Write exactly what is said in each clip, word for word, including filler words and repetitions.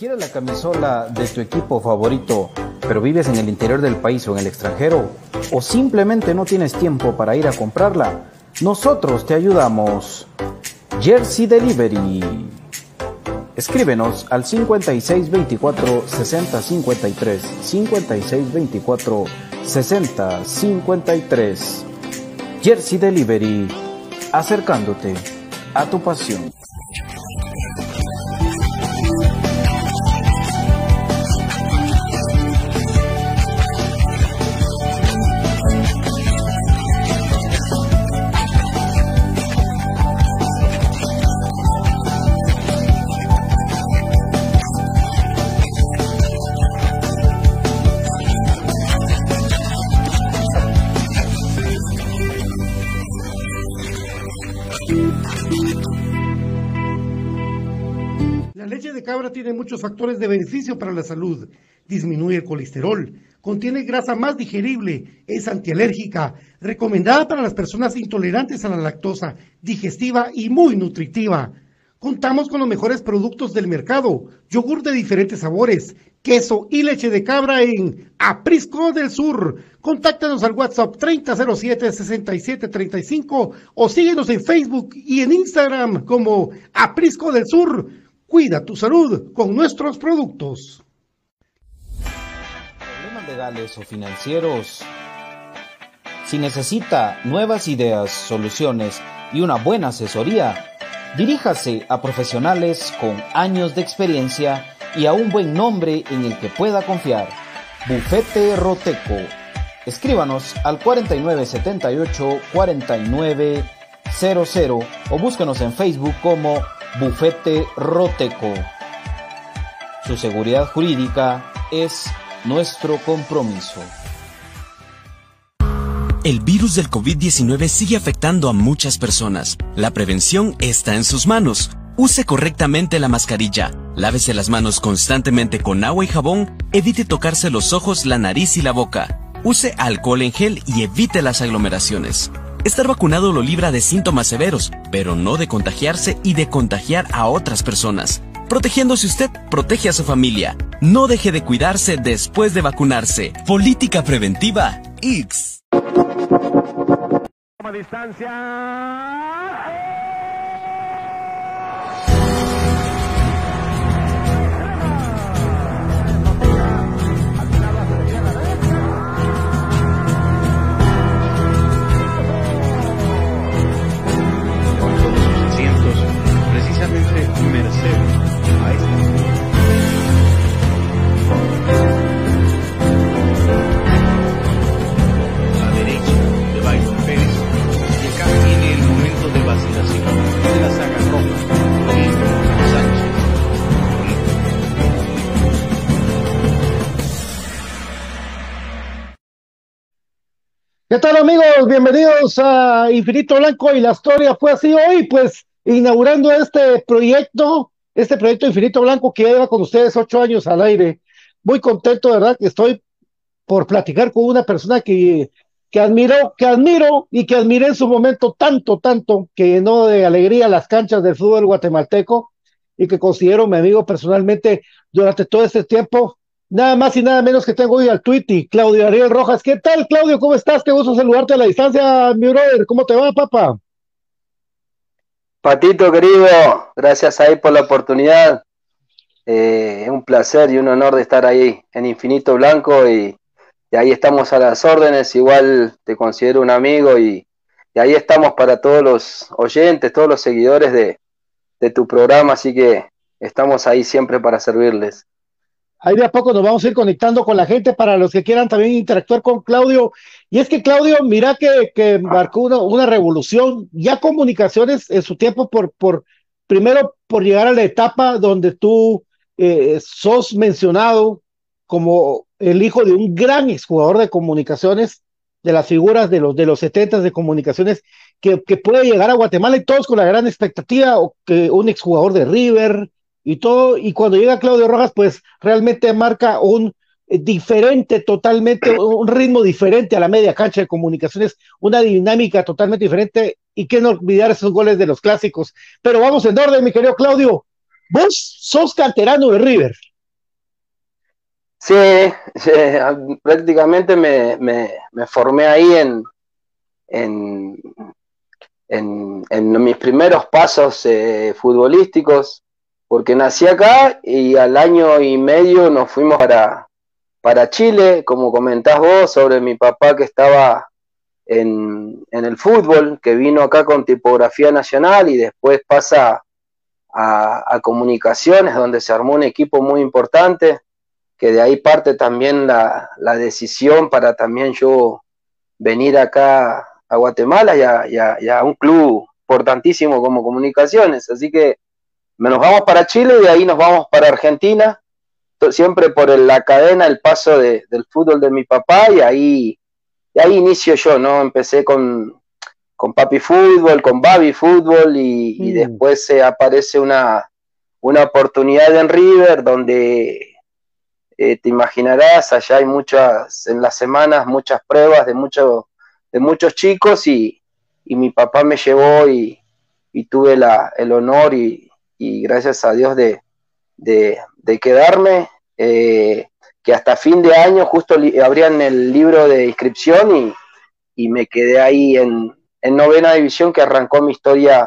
¿Quieres la camisola de tu equipo favorito, pero vives en el interior del país o en el extranjero? ¿O simplemente no tienes tiempo para ir a comprarla? Nosotros te ayudamos. Jersey Delivery. Escríbenos al cincuenta y seis veinticuatro sesenta cincuenta y tres, cincuenta y seis veinticuatro sesenta cincuenta y tres. Jersey Delivery, acercándote a tu pasión. La leche de cabra tiene muchos factores de beneficio para la salud. Disminuye el colesterol, contiene grasa más digerible, es antialérgica, recomendada para las personas intolerantes a la lactosa, digestiva y muy nutritiva. Contamos con los mejores productos del mercado, yogur de diferentes sabores, queso y leche de cabra en Aprisco del Sur. Contáctanos al WhatsApp treinta cero siete, sesenta y siete treinta y cinco o síguenos en Facebook y en Instagram como Aprisco del Sur. Cuida tu salud con nuestros productos. Problemas legales o financieros. Si necesita nuevas ideas, soluciones y una buena asesoría, diríjase a profesionales con años de experiencia y a un buen nombre en el que pueda confiar. Bufete Roteco. Escríbanos al cuarenta y nueve setenta y ocho, cuarenta y nueve cero cero o búsquenos en Facebook como Bufete Roteco. Su seguridad jurídica es nuestro compromiso. El virus del COVID diecinueve sigue afectando a muchas personas. La prevención está en sus manos. Use correctamente la mascarilla. Lávese las manos constantemente con agua y jabón. Evite tocarse los ojos, la nariz y la boca. Use alcohol en gel y evite las aglomeraciones. Estar vacunado lo libra de síntomas severos, pero no de contagiarse y de contagiar a otras personas. Protegiéndose usted, protege a su familia. No deje de cuidarse después de vacunarse. Política preventiva, I X. A distancia. Precisamente merced a esta. A la derecha de Byron Pérez, y acá viene el momento de vacilación de la saga roja. Y Sánchez. ¿Qué tal, amigos? Bienvenidos a Infinito Blanco, y la historia fue así hoy, pues inaugurando este proyecto, este proyecto Infinito Blanco que lleva con ustedes ocho años al aire. Muy contento, de verdad, que estoy por platicar con una persona que, que admiro, que admiro y que admiré en su momento tanto, tanto, que llenó de alegría las canchas del fútbol guatemalteco y que considero mi amigo personalmente durante todo este tiempo. Nada más y nada menos que tengo hoy al Twitty, Claudio Ariel Rojas. ¿Qué tal, Claudio? ¿Cómo estás? Qué gusto saludarte a la distancia, mi brother. ¿Cómo te va, papá? Patito querido, gracias ahí por la oportunidad. Es eh, un placer y un honor de estar ahí en Infinito Blanco y, y ahí estamos a las órdenes. Igual te considero un amigo y, y ahí estamos para todos los oyentes, todos los seguidores de, de tu programa, así que estamos ahí siempre para servirles. Ahí de a poco nos vamos a ir conectando con la gente para los que quieran también interactuar con Claudio. Y es que Claudio, mira que, que marcó una, una revolución, ya comunicaciones en su tiempo, por, por primero por llegar a la etapa donde tú eh, sos mencionado como el hijo de un gran exjugador de comunicaciones, de las figuras de los de los setentas de comunicaciones, que, que puede llegar a Guatemala, y todos con la gran expectativa, o que un exjugador de River y todo, y cuando llega Claudio Rojas, pues realmente marca un eh, diferente, totalmente, un ritmo diferente a la media cancha de comunicaciones, una dinámica totalmente diferente, y qué no olvidar esos goles de los clásicos. Pero vamos en orden, mi querido Claudio. Vos sos canterano de River, Sí, sí, prácticamente me, me, me formé ahí en, en, en, en mis primeros pasos eh, futbolísticos, porque nací acá y al año y medio nos fuimos para, para Chile, como comentás vos, sobre mi papá que estaba en, en el fútbol, que vino acá con tipografía nacional y después pasa a, a comunicaciones, donde se armó un equipo muy importante, que de ahí parte también la, la decisión para también yo venir acá a Guatemala y a, y a, y a un club importantísimo como Comunicaciones. Así que nos vamos para Chile y de ahí nos vamos para Argentina, siempre por el, la cadena, el paso de, del fútbol de mi papá, y ahí, y ahí inicio yo, ¿no? Empecé con, con Papi Fútbol, con Babi Fútbol, y, mm. y después eh, aparece una, una oportunidad en River, donde eh, te imaginarás, allá hay muchas, en las semanas, muchas pruebas de, mucho, de muchos chicos, y, y mi papá me llevó y, y tuve la, el honor y, y gracias a Dios de, de, de quedarme, eh, que hasta fin de año justo li, abrían el libro de inscripción y, y me quedé ahí en, en novena división, que arrancó mi historia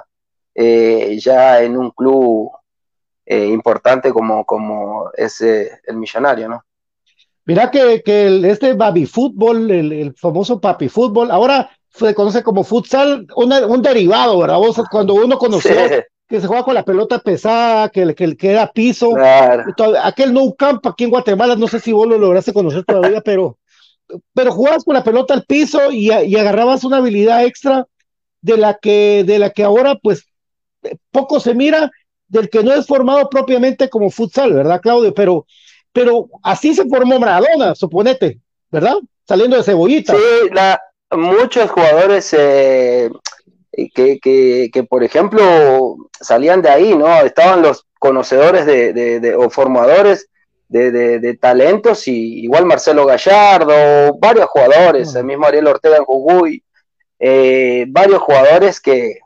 eh, ya en un club eh, importante como, como es eh, el Millonario, ¿no? Mira que, que el, este baby fútbol, el, el famoso papi fútbol, ahora se conoce como futsal, una, un derivado, ¿verdad? Vos, cuando uno conoció sí. que se juega con la pelota pesada, que, que, que era piso, claro. Aquel no camp aquí en Guatemala, no sé si vos lo lograste conocer todavía, pero, pero jugabas con la pelota al piso y, y agarrabas una habilidad extra de la que, de la que ahora pues poco se mira, del que no es formado propiamente como futsal, ¿verdad, Claudio? Pero, pero así se formó Maradona, suponete, ¿verdad? Saliendo de Cebollita. Sí, la, muchos jugadores eh, que, que, que, por ejemplo, salían de ahí, ¿no? Estaban los conocedores de, de, de o formadores de, de, de talentos, y igual Marcelo Gallardo, varios jugadores, uh-huh. el mismo Ariel Ortega en Jujuy, eh, varios jugadores que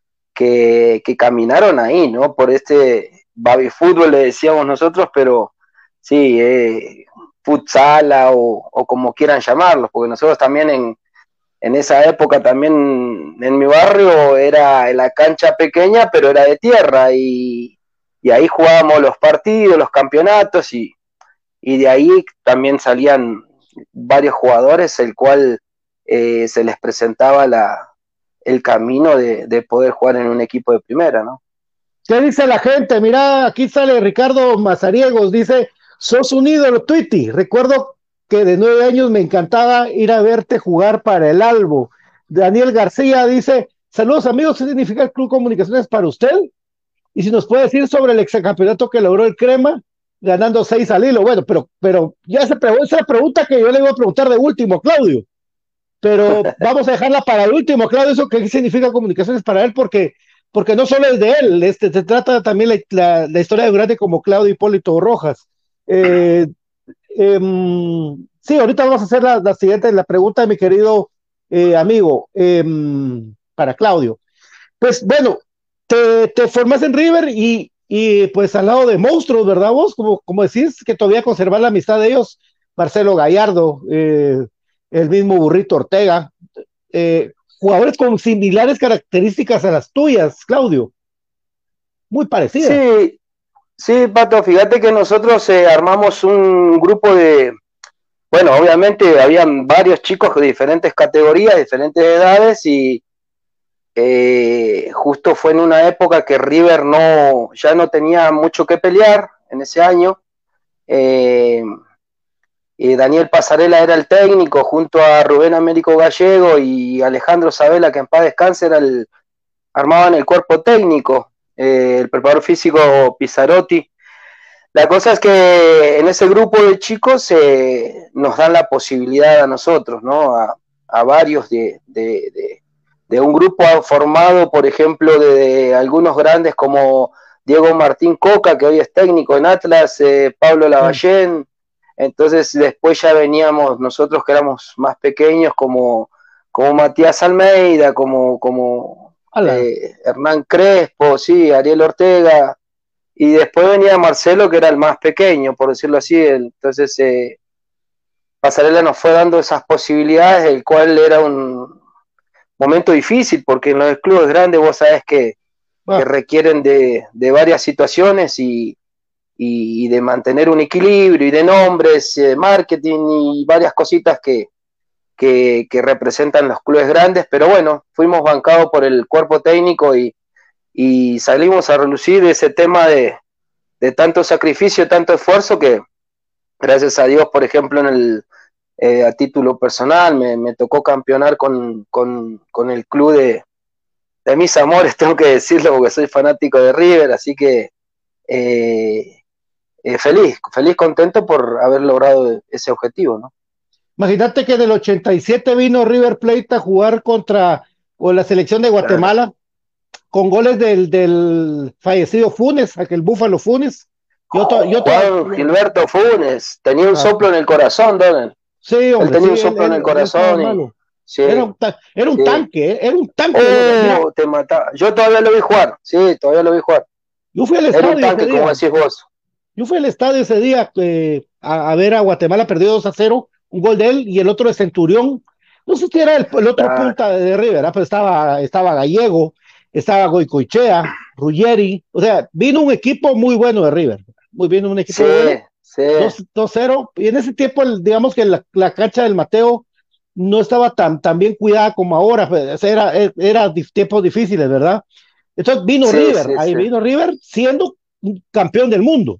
Que, que caminaron ahí, ¿no? Por este baby fútbol le decíamos nosotros, pero sí, eh, futsala o, o como quieran llamarlos, porque nosotros también en, en esa época también en mi barrio era la cancha pequeña, pero era de tierra, y, y ahí jugábamos los partidos, los campeonatos, y, y de ahí también salían varios jugadores, el cual eh, se les presentaba la el camino de, de poder jugar en un equipo de primera, ¿no? ¿Qué dice la gente? Mira, aquí sale Ricardo Mazariegos, dice, sos un ídolo, Twitty. Recuerdo que de nueve años me encantaba ir a verte jugar para el Albo. Daniel García dice, saludos amigos, ¿qué significa el Club Comunicaciones para usted? Y si nos puede decir sobre el exacampeonato que logró el Crema, ganando seis al hilo. Bueno, pero, pero ya se pregunta, esa pregunta que yo le iba a preguntar de último, Claudio. Pero vamos a dejarla para el último, Claudio, eso qué significa Comunicaciones para él, porque, porque no solo es de él, este, se trata también la, la, la historia de un grande como Claudio Hipólito Rojas. Eh, eh, sí, ahorita vamos a hacer la, la siguiente, la pregunta de mi querido eh, amigo, eh, para Claudio. Pues bueno, te, te formas en River y, y pues al lado de monstruos, ¿verdad vos? Como, como decís, que todavía conservar la amistad de ellos, Marcelo Gallardo, eh, el mismo Burrito Ortega, eh, jugadores con similares características a las tuyas, Claudio, muy parecidas. Sí, sí, Pato, fíjate que nosotros eh, armamos un grupo de, bueno, obviamente habían varios chicos de diferentes categorías, diferentes edades, y eh, justo fue en una época que River no, ya no tenía mucho que pelear en ese año. eh, Eh, Daniel Pasarela era el técnico, junto a Rubén Américo Gallego y Alejandro Sabela, que en paz descanse, era el, armaban el cuerpo técnico, eh, el preparador físico Pizzarotti. La cosa es que en ese grupo de chicos eh, nos dan la posibilidad a nosotros, ¿no? A, a varios de, de, de, de un grupo formado, por ejemplo, de, de algunos grandes como Diego Martín Coca, que hoy es técnico en Atlas, eh, Pablo Lavallén. Mm. Entonces después ya veníamos nosotros que éramos más pequeños, como, como Matías Almeida, como, como eh, Hernán Crespo, sí, Ariel Ortega, y después venía Marcelo, que era el más pequeño, por decirlo así. Entonces eh, Pasarela nos fue dando esas posibilidades, el cual era un momento difícil, porque en los clubes grandes vos sabés que, Ah. que requieren de, de varias situaciones y, y, y de mantener un equilibrio y de nombres, de marketing y varias cositas que, que, que representan los clubes grandes, pero bueno, fuimos bancados por el cuerpo técnico y, y salimos a relucir ese tema de, de tanto sacrificio, tanto esfuerzo que gracias a Dios, por ejemplo, en el eh, a título personal me, me tocó campeonar con, con, con el club de, de mis amores, tengo que decirlo porque soy fanático de River, así que eh, eh, feliz, feliz, contento por haber logrado ese objetivo, ¿no? Imagínate que en el ochenta y siete vino River Plate a jugar contra o la selección de Guatemala, claro, con goles del, del fallecido Funes, aquel Búfalo Funes. Yo to, yo Juan Gilberto Funes, tenía un ah, soplo en el corazón, Donald. Sí, hombre, él tenía sí, un soplo él, en el corazón. Él y, sí, era un, era un sí. tanque, era un tanque. Oh, te mataba. Yo todavía lo vi jugar, sí, todavía lo vi jugar. Yo fui al era estadio un tanque, como decís vos. Yo fui al estadio ese día eh, a, a ver a Guatemala, perdió dos a cero, un gol de él y el otro de Centurión. No sé si era el, el otro ah. punta de, de River, ¿eh? Pero estaba, estaba Gallego, estaba Goicoechea, Ruggeri, o sea, vino un equipo muy bueno de River, muy bien, un equipo sí, bueno, sí. dos cero, y en ese tiempo, el, digamos que la, la cancha del Mateo no estaba tan, tan bien cuidada como ahora, pues, era, era, era tiempos difíciles, ¿verdad? Entonces vino sí, River, sí, ahí sí. vino River siendo campeón del mundo.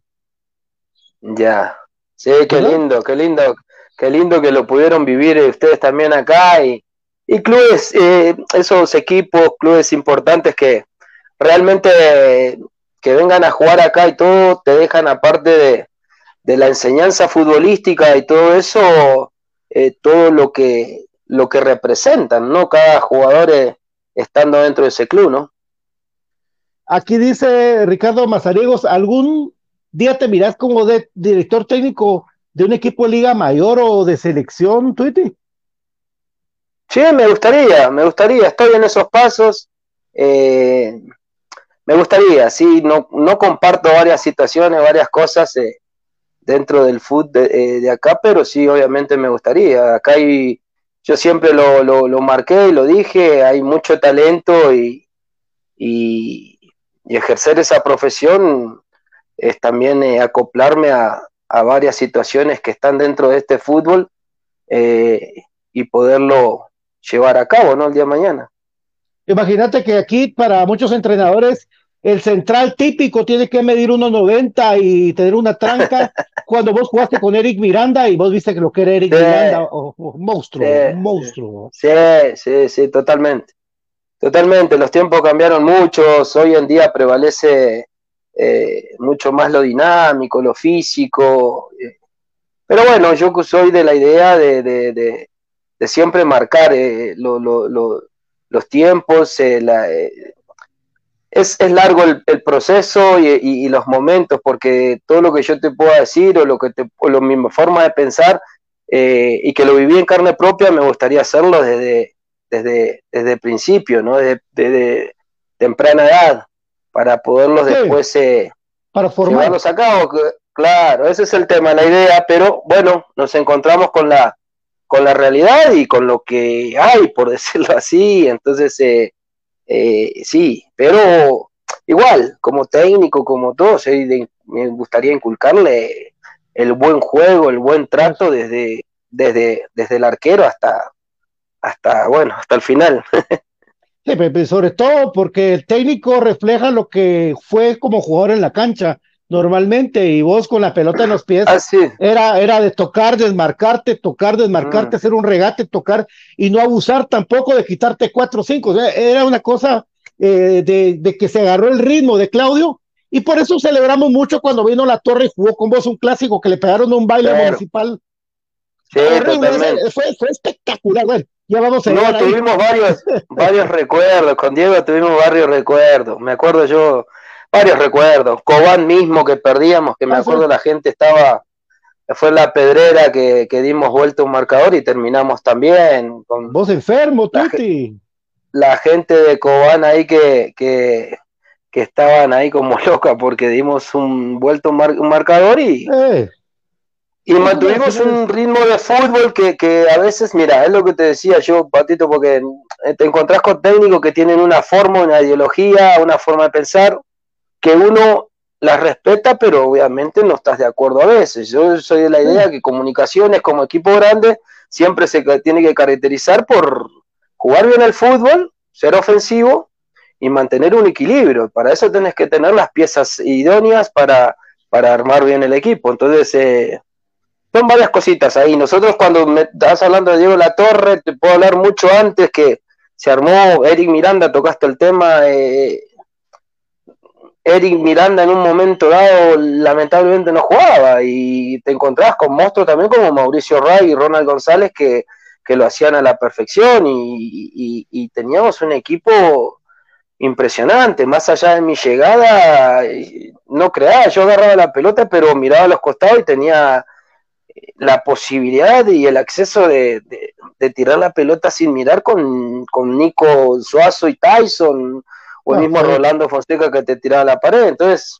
Ya, sí, qué ¿verdad? lindo, qué lindo, qué lindo que lo pudieron vivir ustedes también acá, y, y clubes, eh, esos equipos, clubes importantes que realmente eh, que vengan a jugar acá y todo, te dejan aparte de, de la enseñanza futbolística y todo eso, eh, todo lo que, lo que representan, ¿no? Cada jugador eh, estando dentro de ese club, ¿no? Aquí dice Ricardo Mazariegos, ¿algún día te mirás como de, director técnico de un equipo de Liga Mayor o de selección, Twitty? Sí, me gustaría, me gustaría, estoy en esos pasos, eh, me gustaría, sí, no, no comparto varias situaciones, varias cosas eh, dentro del fútbol de, eh, de acá, pero sí, obviamente me gustaría, acá hay, yo siempre lo, lo, lo marqué y lo dije, hay mucho talento y, y, y ejercer esa profesión es también eh, acoplarme a, a varias situaciones que están dentro de este fútbol eh, y poderlo llevar a cabo, ¿no? El día de mañana. Imagínate que aquí para muchos entrenadores el central típico tiene que medir uno noventa y tener una tranca. Cuando vos jugaste con Eric Miranda y vos viste que lo que era Eric sí, Miranda, oh, oh, monstruo, sí, un monstruo. Sí, sí, sí, totalmente. Totalmente, los tiempos cambiaron mucho, hoy en día prevalece eh, mucho más lo dinámico, lo físico. Eh. Pero bueno, yo soy de la idea de, de, de, de siempre marcar eh, lo, lo, lo, los tiempos, eh, la, eh, es, es largo el, el proceso y, y, y los momentos, porque todo lo que yo te pueda decir o lo que te, o lo, mi forma de pensar eh, y que lo viví en carne propia, me gustaría hacerlo desde, desde, desde el principio, ¿no? Desde, desde temprana edad, para poderlos sí, después eh, para llevarlos a cabo. Claro, ese es el tema, la idea, pero bueno, nos encontramos con la con la realidad y con lo que hay, por decirlo así, entonces eh, eh, sí, pero igual, como técnico, como todo, sí, de, me gustaría inculcarle el buen juego, el buen trato desde, desde, desde el arquero hasta, hasta, bueno, hasta el final. Sí, pero sobre todo porque el técnico refleja lo que fue como jugador en la cancha normalmente, y vos con la pelota en los pies ah, sí. era, era de tocar, desmarcarte, tocar, desmarcarte, mm. hacer un regate, tocar y no abusar tampoco de quitarte cuatro o cinco. O sea, era una cosa eh, de, de que se agarró el ritmo de Claudio, y por eso celebramos mucho cuando vino La Torre y jugó con vos un clásico que le pegaron un baile claro. municipal. Sí, horrible, fue, fue espectacular. Bueno, ya vamos a no, tuvimos ahí. varios, varios recuerdos, con Diego tuvimos varios recuerdos, me acuerdo yo, varios recuerdos, Cobán mismo que perdíamos, que me ah, acuerdo sí. La gente estaba, fue la pedrera que, que dimos vuelta un marcador y terminamos también. Con vos enfermo, Tuti. La, la gente de Cobán ahí que, que, que estaban ahí como locas porque dimos un vuelto un, mar, un marcador y, eh. y mantuvimos un ritmo de fútbol que, que a veces, mira, es lo que te decía yo, Patito, porque te encontrás con técnicos que tienen una forma, una ideología, una forma de pensar, que uno las respeta, pero obviamente no estás de acuerdo a veces. Yo soy de la idea que comunicaciones como equipo grande siempre se tiene que caracterizar por jugar bien el fútbol, ser ofensivo y mantener un equilibrio. Para eso tenés que tener las piezas idóneas para, para armar bien el equipo. Entonces, eh, son varias cositas ahí. Nosotros cuando me estás hablando de Diego Latorre, te puedo hablar mucho antes que se armó Eric Miranda, tocaste el tema. Eh, Eric Miranda en un momento dado lamentablemente no jugaba y te encontrabas con monstruos también como Mauricio Ray y Ronald González que, que lo hacían a la perfección y, y, y teníamos un equipo impresionante. Más allá de mi llegada, no creaba, yo agarraba la pelota pero miraba a los costados y tenía la posibilidad y el acceso de, de, de tirar la pelota sin mirar con, con Nico Suazo y Tyson o el mismo Rolando Fonseca que te tiraba a la pared. Entonces,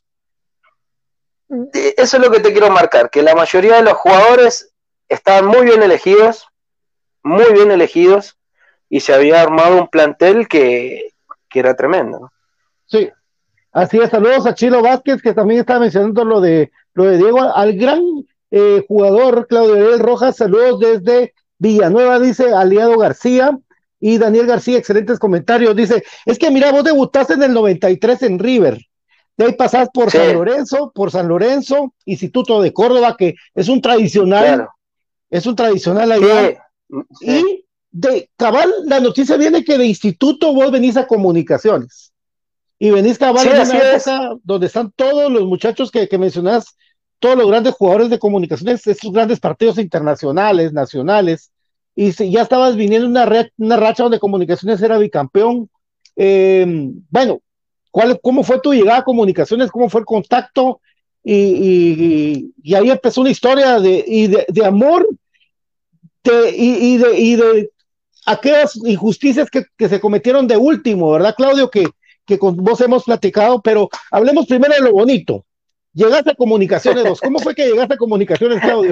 eso es lo que te quiero marcar, que la mayoría de los jugadores estaban muy bien elegidos, muy bien elegidos, y se había armado un plantel que, que era tremendo, ¿no? Sí, así es. Saludos a Chilo Vázquez, que también está mencionando lo de, lo de Diego, al gran eh, jugador Claudio Ariel Rojas, saludos desde Villanueva, dice Aliado García. Y Daniel García, excelentes comentarios, dice, es que mira, vos debutaste en el noventa y tres en River, de ahí pasás por sí. San Lorenzo, por San Lorenzo, Instituto de Córdoba, que es un tradicional, claro. es un tradicional allá, sí. Sí. Y de cabal, la noticia viene que de Instituto vos venís a Comunicaciones, y venís cabal sí, en una época es. donde están todos los muchachos que, que mencionás, todos los grandes jugadores de Comunicaciones, estos grandes partidos internacionales, nacionales, y si ya estabas viniendo una, re, una racha donde Comunicaciones era bicampeón. Eh, bueno, ¿cuál, ¿cómo fue tu llegada a Comunicaciones? ¿Cómo fue el contacto? Y, y, y ahí empezó una historia de, y de, de amor de, y, y, de, y de aquellas injusticias que, que se cometieron de último, ¿verdad, Claudio? Que, que con vos hemos platicado, pero hablemos primero de lo bonito. Llegaste a Comunicaciones dos. ¿Cómo fue que llegaste a Comunicaciones, Claudio?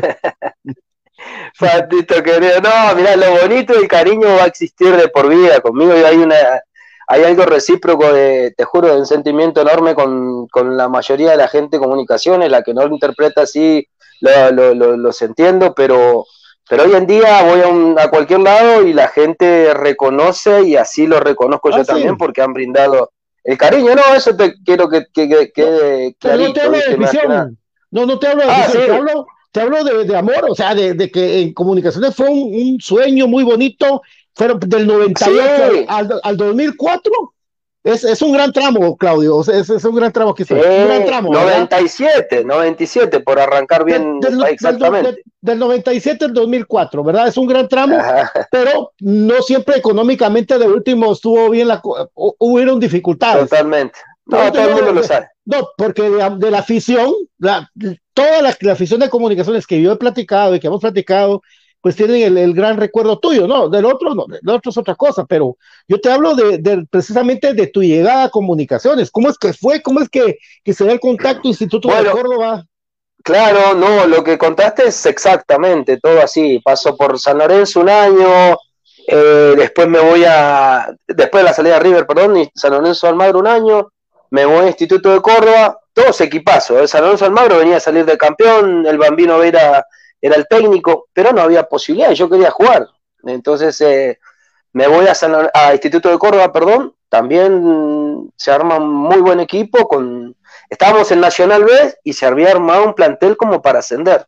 Patito querido, no, mirá, lo bonito y el cariño va a existir de por vida conmigo, y hay una, hay algo recíproco de, te juro, de un sentimiento enorme con, con la mayoría de la gente de Comunicaciones, la que no lo interpreta así, lo, lo, lo, los entiendo, pero, pero hoy en día voy a, un, a cualquier lado y la gente reconoce, y así lo reconozco ah, yo sí. también, porque han brindado el cariño, no, eso te quiero que quede que, que, clarito. No te hablo de visión, no, no te hablo de ah, visión, sí. te hablo... Te hablo de, de amor, o sea, de, de que en Comunicaciones fue un, un sueño muy bonito, fueron del noventa y ocho sí. al, al dos mil cuatro, es, es un gran tramo, Claudio, es, es un gran tramo que sí. un gran tramo, noventa y siete, noventa y siete, por arrancar bien del, del, exactamente. Del, del noventa y siete al dos mil cuatro, ¿verdad? Es un gran tramo, ajá. Pero no siempre económicamente de último estuvo bien, la, hubieron dificultades. Totalmente. No, no todo el mundo lo sabe. No, porque de, de la afición, la, toda la, la afición de Comunicaciones que yo he platicado y que hemos platicado, pues tienen el, el gran recuerdo tuyo, ¿no? Del otro, no, del otro es otra cosa, pero yo te hablo de, de precisamente de tu llegada a Comunicaciones. ¿Cómo es que fue? ¿Cómo es que, que se da el contacto Instituto bueno, de Córdoba? Claro, no, lo que contaste es exactamente todo así. Paso por San Lorenzo un año, eh, después me voy a, después de la salida de River, perdón, y San Lorenzo Almagro un año, me voy a Instituto de Córdoba, todos equipazos. El San Lorenzo Almagro venía a salir de campeón, el Bambino Vera era el técnico, pero no había posibilidad, yo quería jugar. Entonces eh, me voy a, San, a Instituto de Córdoba, perdón, también se arma un muy buen equipo, con estábamos en Nacional B y se había armado un plantel como para ascender.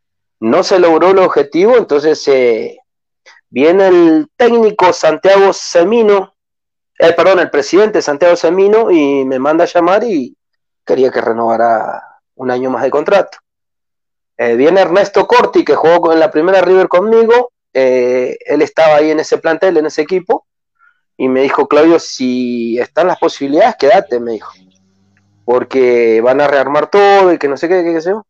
No se logró el objetivo, entonces eh, viene el técnico Santiago Semino, Eh, perdón, el presidente Santiago Semino, y me manda a llamar y quería que renovara un año más de contrato. Eh, viene Ernesto Corti, que jugó en la primera River conmigo, eh, él estaba ahí en ese plantel, en ese equipo, y me dijo, Claudio, si están las posibilidades, quédate, me dijo, porque van a rearmar todo y que no sé qué, qué, qué sé yo.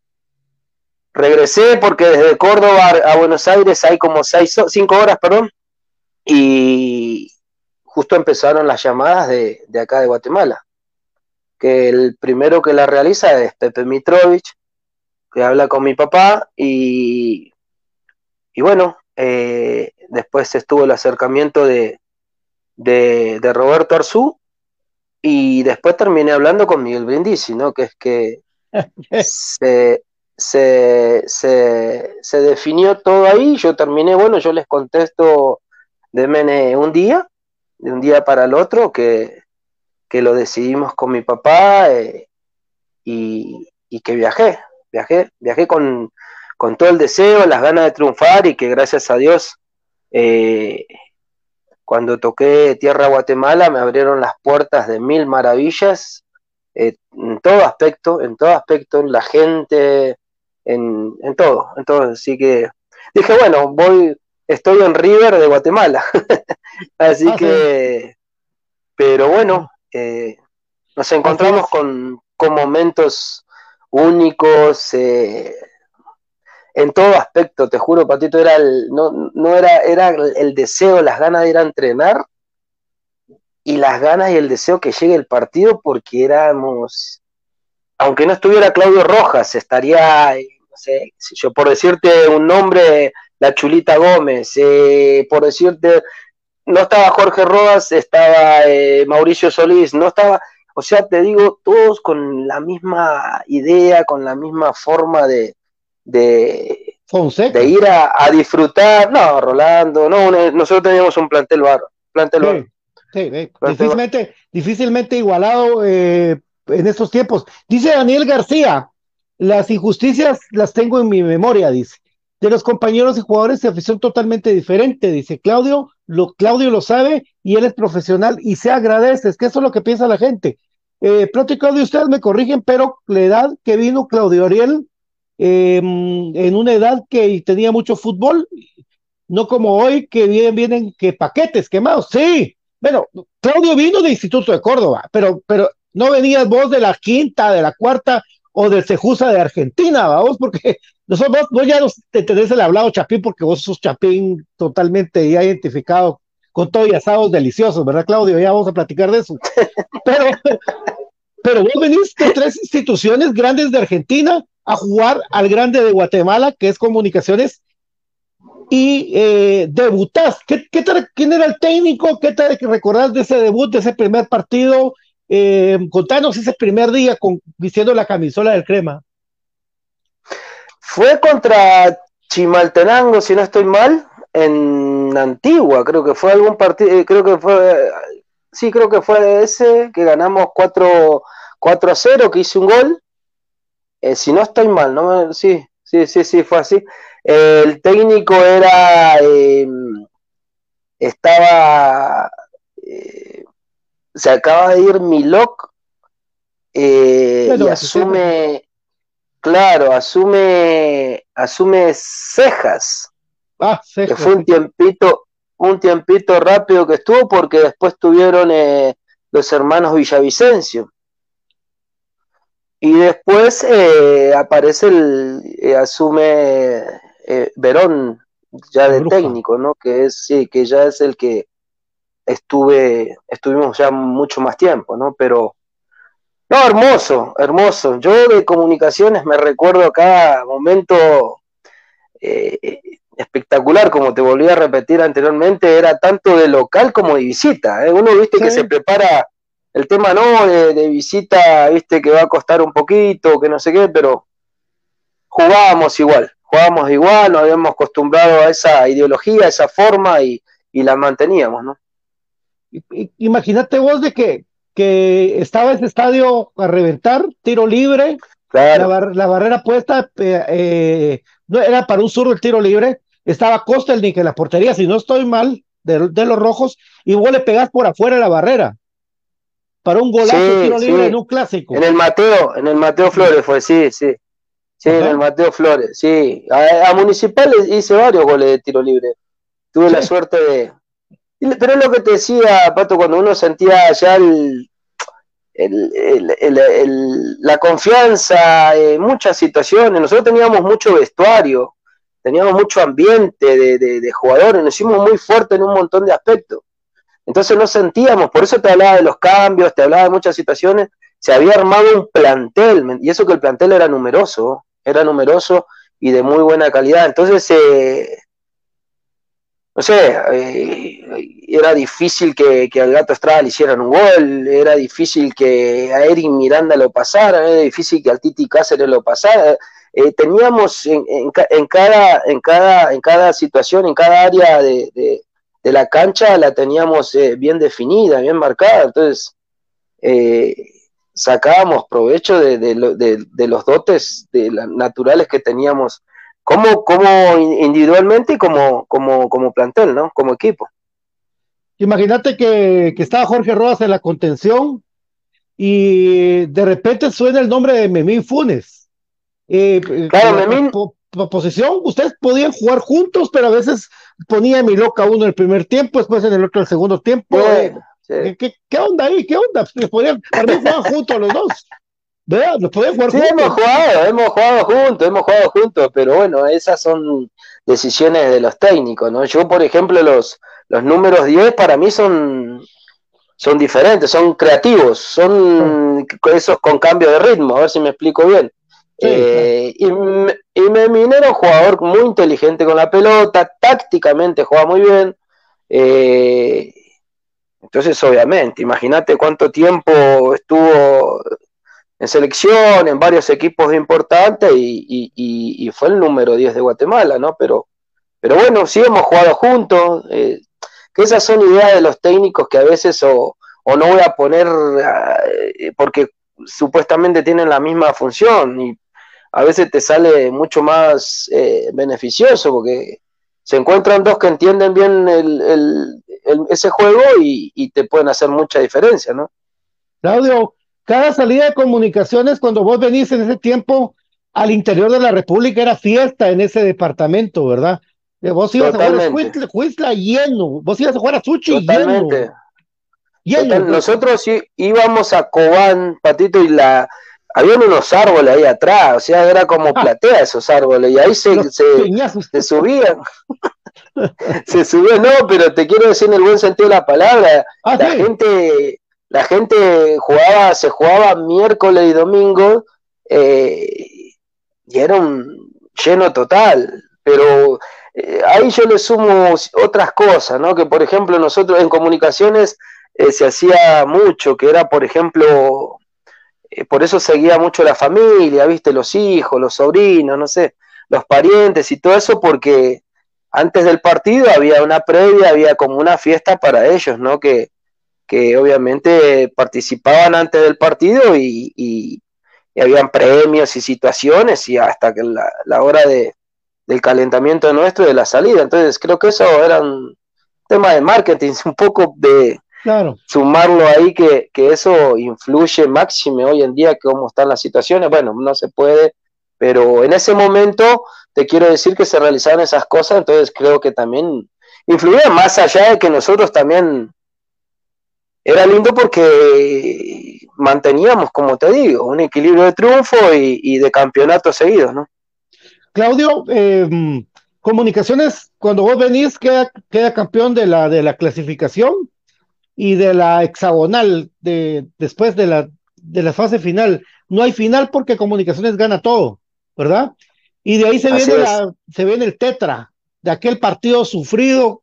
Regresé porque desde Córdoba a Buenos Aires hay como seis, cinco horas, perdón, y justo empezaron las llamadas de, de acá de Guatemala. que el primero que la realiza es Pepe Mitrovich, que habla con mi papá, y, y bueno, eh, después estuvo el acercamiento de, de, de Roberto Arzú, y después terminé hablando con Miguel Brindisi, ¿no? Que es que se, se, se, se definió todo ahí, yo terminé, bueno, yo les contesto de Mene un día, de un día para el otro, que, que lo decidimos con mi papá, eh, y, y que viajé, viajé, viajé con, con todo el deseo, las ganas de triunfar, y que gracias a Dios, eh, cuando toqué tierra Guatemala me abrieron las puertas de mil maravillas, eh, en todo aspecto, en todo aspecto, en la gente, en, en todo, en todo, así que dije, bueno, voy, estoy en River de Guatemala, así Ah, que, sí. pero bueno, eh, nos Así encontramos es. con, con momentos únicos, eh, en todo aspecto, te juro, Patito, era el, no, no era, era el deseo, las ganas de ir a entrenar, y las ganas y el deseo que llegue el partido, porque éramos, aunque no estuviera Claudio Rojas, estaría, no sé, yo por decirte un nombre, la Chulita Gómez, eh, por decirte, no estaba Jorge Rodas, estaba eh, Mauricio Solís, no estaba, o sea, te digo, todos con la misma idea, con la misma forma de, de, de Fonseca. ir a, a disfrutar. No, Rolando, no, una, nosotros teníamos un plantel bar, plantel bar, Sí, sí, eh, plantel bar. difícilmente, difícilmente igualado eh, en estos tiempos. Dice Daniel García, las injusticias las tengo en mi memoria, dice. De los compañeros y jugadores de afición totalmente diferente, dice Claudio, lo, Claudio lo sabe y él es profesional y se agradece, es que eso es lo que piensa la gente. Eh, Plato y Claudio, ustedes me corrigen, pero la edad que vino Claudio Ariel, eh, en una edad que tenía mucho fútbol, no como hoy que vienen, vienen que paquetes quemados. Sí, bueno, Claudio vino de Instituto de Córdoba, pero, pero no venías vos de la quinta, de la cuarta o del Cejusa de Argentina, vamos, porque nosotros, vos, vos ya nos, te tenés el hablado Chapín, porque vos sos Chapín totalmente ya identificado con todo y asados deliciosos, ¿verdad, Claudio? Ya vamos a platicar de eso. Pero, pero vos venís de tres instituciones grandes de Argentina a jugar al grande de Guatemala, que es Comunicaciones, y eh, debutás. ¿Qué, qué te, ¿Quién era el técnico? ¿Qué te recordás de ese debut, de ese primer partido? Eh, contanos ese primer día con, vistiendo la camisola del Crema. Fue contra Chimaltenango, si no estoy mal, en Antigua, creo que fue algún partido, creo que fue, sí, creo que fue ese, que ganamos cuatro a cero, que hice un gol, eh, si no estoy mal, ¿no? Sí, sí, sí, sí, fue así. Eh, el técnico era, eh, estaba, eh, se acaba de ir Milok, eh, Bueno, y asistente. asume, claro, asume, asume Cejas, Ah, que Cejas, fue un sí. tiempito, un tiempito rápido que estuvo, porque después tuvieron eh, los hermanos Villavicencio. Y después eh, aparece el, eh, asume eh, Verón, ya La de bruja. técnico, ¿no? Que es, sí, que ya es el que estuve, estuvimos ya mucho más tiempo, ¿no? Pero, no, hermoso, hermoso. Yo de comunicaciones me recuerdo cada momento eh, espectacular, como te volví a repetir anteriormente, era tanto de local como de visita. ¿eh? Uno, viste, que se Sí. prepara el tema, no, de, de visita, viste, que va a costar un poquito, que no sé qué, pero jugábamos igual, jugábamos igual, nos habíamos acostumbrado a esa ideología, a esa forma, y, y la manteníamos, ¿no? Imagínate vos de que, que estaba ese estadio a reventar, tiro libre, la, Claro. bar, la barrera puesta, eh, eh, no era para un zurdo el tiro libre, estaba Kostelnik en la portería, si no estoy mal, de, de los rojos, y vos le pegás por afuera de la barrera, para un golazo de Sí, tiro libre en sí, un en clásico. el Mateo, en el Mateo Flores fue, sí, sí. Sí, en el Ajá, Mateo Flores, sí. A, a Municipal hice varios goles de tiro libre. Tuve la sí, suerte de... Pero es lo que te decía, Pato, cuando uno sentía ya el, el, el, el, el, la confianza en muchas situaciones. Nosotros teníamos mucho vestuario, teníamos mucho ambiente de, de, de jugadores, nos hicimos muy fuertes en un montón de aspectos. Entonces no sentíamos, por eso te hablaba de los cambios, te hablaba de muchas situaciones, se había armado un plantel, y eso que el plantel era numeroso, era numeroso y de muy buena calidad. Entonces, eh, no sé, eh, era difícil que, que al Gato Estrada le hicieran un gol, era difícil que a Eric Miranda lo pasara, era difícil que al Titi Cáceres lo pasara. Eh, teníamos en, en, en, cada, en, cada, en cada situación, en cada área de, de, de la cancha, la teníamos eh, bien definida, bien marcada. Entonces, eh, sacábamos provecho de, de, de, de los dotes de la, naturales que teníamos como, como individualmente y como, como, como plantel, ¿no? Como equipo. Imagínate que, que estaba Jorge Rodas en la contención y de repente suena el nombre de Memín Funes. Eh, claro, la Memín. Po, po, posición, ustedes podían jugar juntos, pero a veces ponía a mi loca uno en el primer tiempo, después en el otro el segundo tiempo. Bueno, sí. ¿Qué, qué, ¿Qué onda ahí? ¿Qué onda? Podían, para mí jugaban juntos los dos. ¿Verdad? Los podían jugar sí, juntos. hemos jugado, hemos jugado juntos, hemos jugado juntos, pero bueno, esas son decisiones de los técnicos, ¿no? Yo, por ejemplo, los, los números diez para mí son, son diferentes, son creativos, son esos con cambio de ritmo, a ver si me explico bien. Sí, eh, claro. Y, y Memín era un jugador muy inteligente con la pelota, tácticamente juega muy bien. Eh, entonces, obviamente, imagínate cuánto tiempo estuvo en selección, en varios equipos importantes y, y, y, y fue el número diez de Guatemala, ¿no? Pero, pero bueno, sí hemos jugado juntos, eh, que esas son ideas de los técnicos que a veces o, o no voy a poner eh, porque supuestamente tienen la misma función y a veces te sale mucho más eh, beneficioso porque se encuentran dos que entienden bien el, el, el, ese juego y, y te pueden hacer mucha diferencia, ¿no? Claudio, cada salida de comunicaciones cuando vos venís en ese tiempo al interior de la República era fiesta en ese departamento, ¿verdad? Vos ibas Totalmente. a jugar a Huizla lleno, vos ibas a jugar a Suchi Totalmente. lleno. lleno Total, nosotros sí íbamos a Cobán, Patito, y la habían unos árboles ahí atrás, o sea, era como platea esos árboles, y ahí se, se, se subían. se subían, no, pero te quiero decir en el buen sentido de la palabra, ah, la sí. gente, la gente jugaba, se jugaba miércoles y domingo, eh, y era un lleno total, pero eh, ahí yo le sumo otras cosas, ¿no? Que por ejemplo nosotros en comunicaciones eh, se hacía mucho, que era por ejemplo, eh, por eso seguía mucho la familia, viste, los hijos, los sobrinos, no sé, los parientes y todo eso, porque antes del partido había una previa, había como una fiesta para ellos, ¿no? Que, que obviamente participaban antes del partido y, y, y habían premios y situaciones y hasta que la, la hora de, del calentamiento nuestro y de la salida. Entonces creo que eso era un tema de marketing, un poco de claro. sumarlo ahí, que, que eso influye máxime hoy en día, que cómo están las situaciones. Bueno, no se puede, pero en ese momento te quiero decir que se realizaban esas cosas, entonces creo que también influía, más allá de que nosotros también era lindo porque manteníamos, como te digo, un equilibrio de triunfo y, y de campeonatos seguidos, ¿no? Claudio, eh, Comunicaciones, cuando vos venís, queda, queda campeón de la, de la clasificación y de la hexagonal de, después de la, de la fase final. No hay final porque Comunicaciones gana todo, ¿verdad? Y de ahí se viene, la, se viene el tetra, de aquel partido sufrido,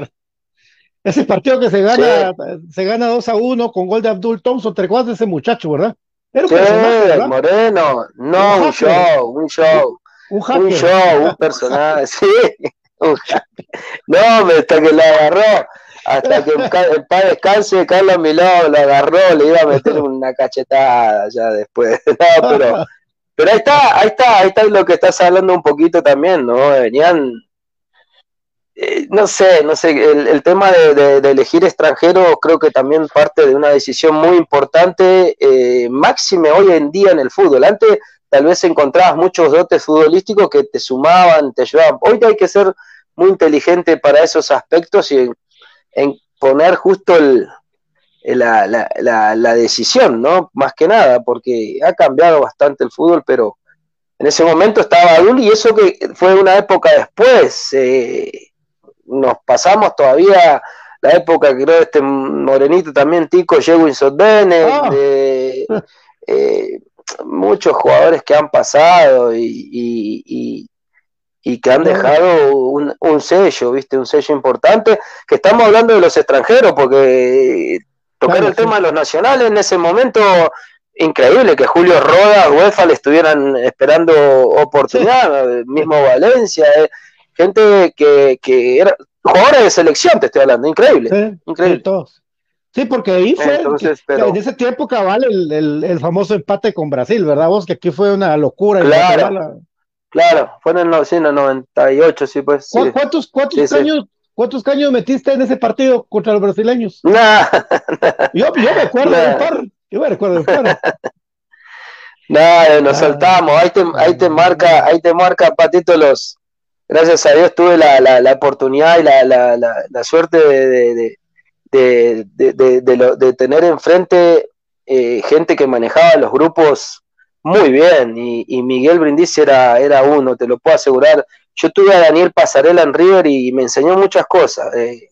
ese partido que se gana, sí. se gana dos a uno con gol de Abdul Thompson, te recuerdas de ese muchacho, ¿verdad? Era un sí, ¿verdad? Moreno, no, un, un show, un show. Un, un, un show, un personaje, sí, un no, hasta que lo agarró, hasta que en paz descanse, Carlos Miló lo agarró, le iba a meter una cachetada ya después, no, pero, pero ahí está, ahí está, ahí está lo que estás hablando un poquito también, ¿no? Venían, eh, no sé, no sé, el, el tema de, de, de elegir extranjeros creo que también parte de una decisión muy importante, eh, máxime hoy en día en el fútbol. Antes tal vez encontrabas muchos dotes futbolísticos que te sumaban, te ayudaban. Hoy hay que ser muy inteligente para esos aspectos y en, en poner justo el, la, la, la, la decisión, ¿no? Más que nada, porque ha cambiado bastante el fútbol, pero en ese momento estaba Abdul y eso que fue una época después. Eh, nos pasamos todavía la época, creo, de este morenito también, Tico, Jewinson Bennett, Ah. de, eh, muchos jugadores que han pasado y, y, y, y que han dejado un, un sello, ¿viste? Un sello importante, que estamos hablando de los extranjeros, porque tocar Claro, el sí. tema de los nacionales en ese momento, increíble que Julio Rodas, UEFA le estuvieran esperando oportunidad, sí. Mismo Valencia, eh, gente que, que era jugadores de selección, te estoy hablando, increíble, Sí, increíble. sí, todos. Sí, porque ahí fue, Entonces, que, pero, que en ese tiempo cabal el, el, el famoso empate con Brasil, ¿verdad vos? Que aquí fue una locura claro, en Guatemala. Claro, fue en el, sí, en el noventa y ocho, sí, pues. Sí. ¿Cuántos, cuántos, sí, caños, sí. ¿Cuántos caños metiste en ese partido contra los brasileños? Nah, yo, yo me acuerdo nah. de un par, yo me recuerdo de un par. Nada, nos ah, saltamos, ahí te, ahí te marca, ahí te marca, Patito, los, gracias a Dios tuve la, la, la oportunidad y la, la, la, la suerte de, de, de, de, de, de, de, lo, de tener enfrente eh, gente que manejaba los grupos muy bien, y, y Miguel Brindisi era, era uno, te lo puedo asegurar. Yo tuve a Daniel Pasarela en River y me enseñó muchas cosas, eh,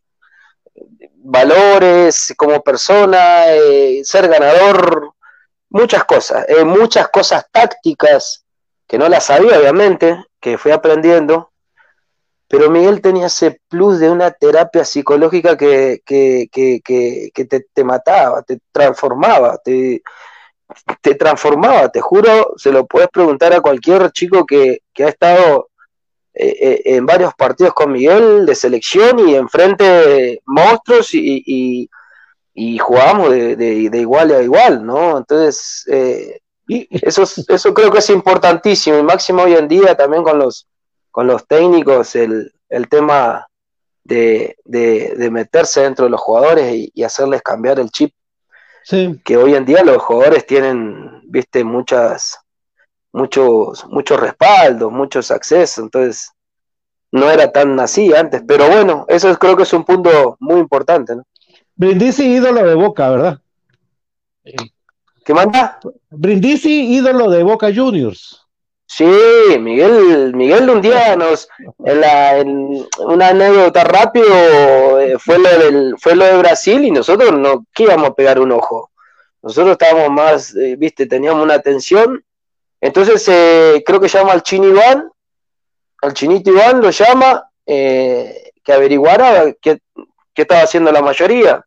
valores como persona, eh, ser ganador, muchas cosas, eh, muchas cosas tácticas que no las sabía obviamente, que fui aprendiendo, pero Miguel tenía ese plus de una terapia psicológica que, que, que, que, que te, te mataba, te transformaba, te, te transformaba, te juro, se lo puedes preguntar a cualquier chico que, que ha estado eh, en varios partidos con Miguel de selección y enfrente monstruos y, y, y jugamos de, de, de igual a igual, ¿no? Entonces, eh, eso, eso creo que es importantísimo, y máximo hoy en día también con los, con los técnicos, el, el tema de, de, de meterse dentro de los jugadores y, y hacerles cambiar el chip. Sí. Que hoy en día los jugadores tienen, viste, muchas, muchos, muchos respaldos, muchos accesos, entonces no era tan así antes, pero bueno, eso es, creo que es un punto muy importante, ¿no? Brindisi, ídolo de Boca, ¿verdad? ¿Qué manda? Brindisi, ídolo de Boca Juniors. Sí, Miguel, Miguel un día nos, en, la, en una anécdota rápido, eh, fue lo del, fue lo de Brasil y nosotros no, ¿qué íbamos a pegar un ojo? Nosotros estábamos más, eh, viste, teníamos una atención, entonces eh, creo que llama al Chino Iván, al Chinito Iván lo llama, eh, que averiguara qué, qué estaba haciendo la mayoría.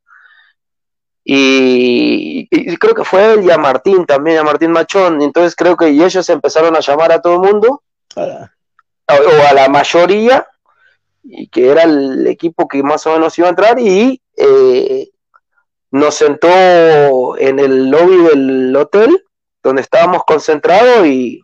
Y, y creo que fue él y a Martín también, a Martín Machón, entonces creo que y ellos empezaron a llamar a todo el mundo, uh. a, o a la mayoría, y que era el equipo que más o menos iba a entrar, y eh, nos sentó en el lobby del hotel donde estábamos concentrados y,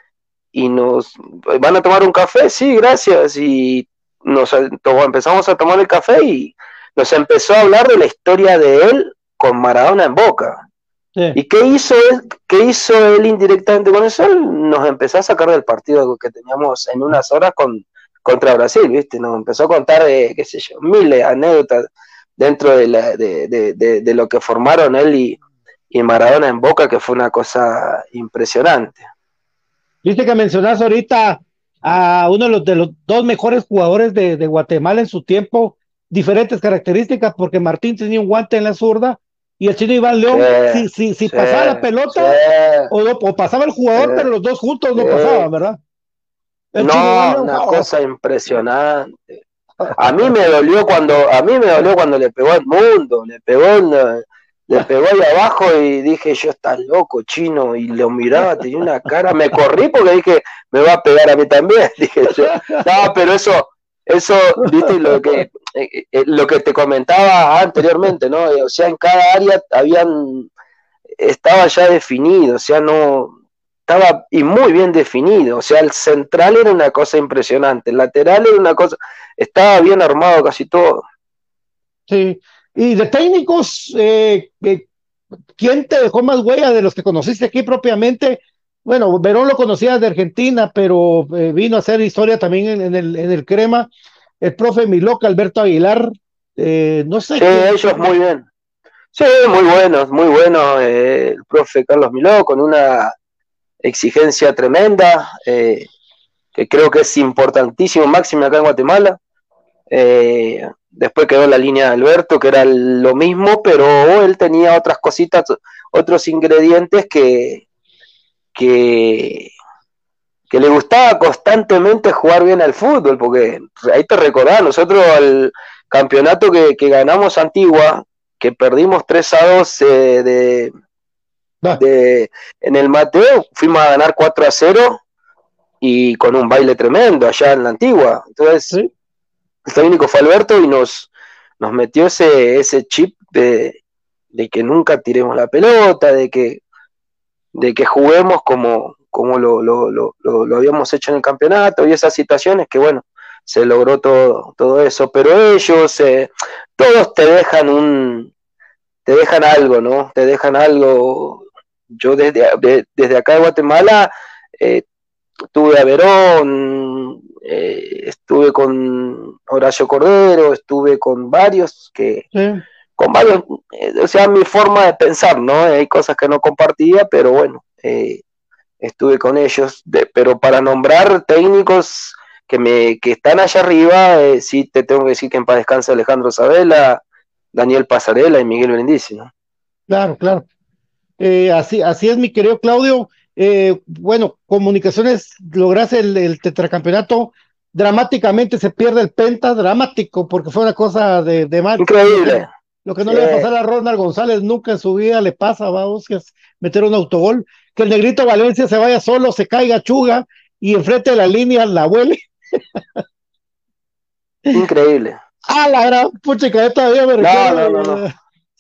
y nos van a tomar un café, sí, gracias, y nos empezamos a tomar el café y nos empezó a hablar de la historia de él con Maradona en Boca. Sí. ¿Y qué hizo él? ¿Qué hizo él indirectamente con eso? Él nos empezó a sacar del partido que teníamos en unas horas con, contra Brasil, ¿viste? Nos empezó a contar de, qué sé yo, miles de anécdotas dentro de, la, de, de, de, de lo que formaron él y, y Maradona en Boca, que fue una cosa impresionante. Viste que mencionás ahorita a uno de los, de los dos mejores jugadores de, de Guatemala en su tiempo, diferentes características, porque Martín tenía un guante en la zurda y el Chino Iván León, sí, si, si, si sí, pasaba la pelota, sí, o, o pasaba el jugador, sí, pero los dos juntos no sí. pasaban, ¿verdad? El no, León, una oh. cosa impresionante. A mí me dolió cuando, a mí me dolió cuando le pegó al mundo, le pegó en, le pegó ahí abajo y dije, yo estás loco, Chino, y lo miraba, tenía una cara, me corrí porque dije, me va a pegar a mí también, dije yo. No, pero eso, eso, viste, lo que, eh, eh, lo que te comentaba anteriormente, ¿no? O sea, en cada área habían, estaba ya definido, o sea, no, estaba y muy bien definido, o sea, el central era una cosa impresionante, el lateral era una cosa, estaba bien armado casi todo. Sí, y de técnicos, eh, ¿quién te dejó más huella de los que conociste aquí propiamente? Bueno, Verón lo conocías de Argentina, pero eh, vino a hacer historia también en, en, el, en el Crema, el profe Miloca, Alberto Aguilar, eh, no sé. Sí, qué... ellos muy bien. Sí, muy buenos, muy buenos, eh, el profe Carlos Miló con una exigencia tremenda, eh, que creo que es importantísimo, máximo acá en Guatemala, eh, después quedó la línea de Alberto, que era lo mismo, pero él tenía otras cositas, otros ingredientes que, que, que le gustaba constantemente jugar bien al fútbol, porque ahí te recordás, nosotros al campeonato que, que ganamos Antigua, que perdimos tres a dos eh, de, de, en el Mateo, fuimos a ganar cuatro a cero y con un baile tremendo allá en la Antigua. Entonces, ¿sí? El técnico fue Alberto y nos, nos metió ese, ese chip de, de que nunca tiremos la pelota, de que, de que juguemos como, como lo, lo, lo, lo, lo habíamos hecho en el campeonato, y esas situaciones que, bueno, se logró todo, todo eso, pero ellos, eh, todos te dejan un, te dejan algo, ¿no? Te dejan algo. Yo desde, de, desde acá de Guatemala eh, tuve a Verón, eh, estuve con Horacio Cordero, estuve con varios que, sí. con varios, eh, o sea, mi forma de pensar, ¿no? Hay cosas que no compartía, pero bueno, eh, estuve con ellos, de, pero para nombrar técnicos que me que están allá arriba, eh, sí te tengo que decir que en paz descanse Alejandro Sabela, Daniel Pasarela y Miguel Brindisi, ¿no? Claro, claro. Eh, así, así es, mi querido Claudio. Eh, bueno, Comunicaciones lograste el, el tetracampeonato, dramáticamente se pierde el penta, dramático, porque fue una cosa de, de mal. Increíble. Lo que no sí. le va a pasar a Ronald González nunca en su vida le pasa, vamos, que es meter un autogol, que el negrito Valencia se vaya solo, se caiga Chuga y enfrente de la línea la huele. Increíble. Ah, la gran pucha, que todavía me recuerdo. No, no, no, no.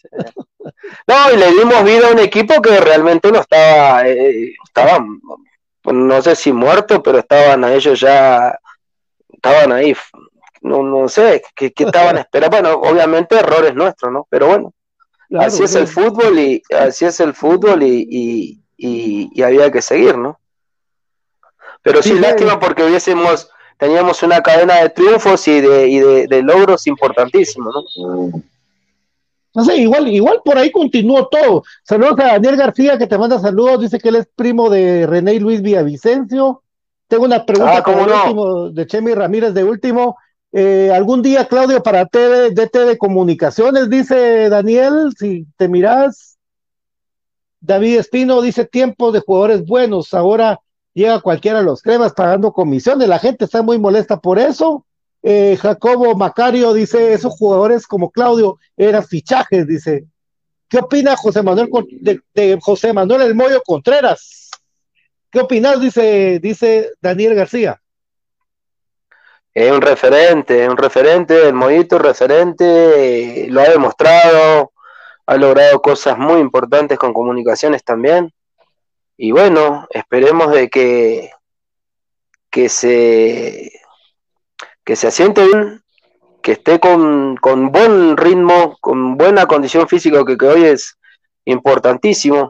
No, y le dimos vida a un equipo que realmente no estaba, eh, estaban, no sé si muerto, pero estaban a ellos ya, estaban ahí, no, no sé, que, que estaban esperando, bueno, obviamente errores nuestros, ¿no? Pero bueno, claro, así es claro. el fútbol y así es el fútbol y, y, y, y había que seguir, ¿no? Pero sí, sí lástima sí. porque hubiésemos, teníamos una cadena de triunfos y de, y de, de logros importantísimos, ¿no? No sé, igual, igual por ahí continuó todo. Saludos a Daniel García, que te manda saludos, dice que él es primo de René y Luis Villavicencio. Tengo una pregunta ah, para el no? último, de Chemi Ramírez de último. Eh, ¿Algún día, Claudio, para T V, D T de Comunicaciones, dice Daniel, si te mirás? David Espino dice, tiempos de jugadores buenos, ahora llega cualquiera a los cremas pagando comisiones, la gente está muy molesta por eso. Eh, Jacobo Macario dice, esos jugadores como Claudio eran fichajes, dice. ¿Qué opina José Manuel de, de José Manuel El Moyo Contreras? ¿Qué opinas? Dice, dice Daniel García. Es un referente, es un referente, el Moyito referente, eh, lo ha demostrado, ha logrado cosas muy importantes con Comunicaciones también. Y bueno, esperemos de que que se que se asiente bien, que esté con, con buen ritmo, con buena condición física, que, que hoy es importantísimo.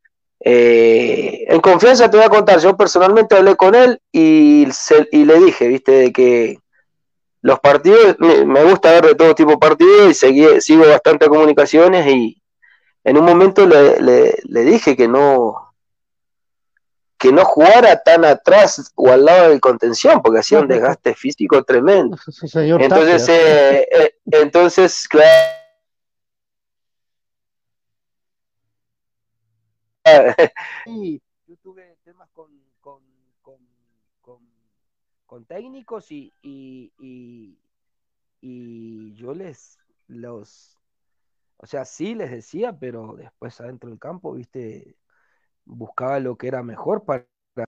Eh, en confianza te voy a contar, yo personalmente hablé con él y, se, y le dije, viste, de que los partidos, me, me gusta ver de todo tipo de partidos y seguí, sigo bastante Comunicaciones y en un momento le, le, le dije que no que no jugara tan atrás o al lado del contención, porque hacía un desgaste físico tremendo. Señor entonces, eh, eh, entonces, claro. Yo tuve temas con, con, con, con, con técnicos y, y, y, y yo les los, o sea, sí les decía, pero después adentro del campo, viste, buscaba lo que era mejor para,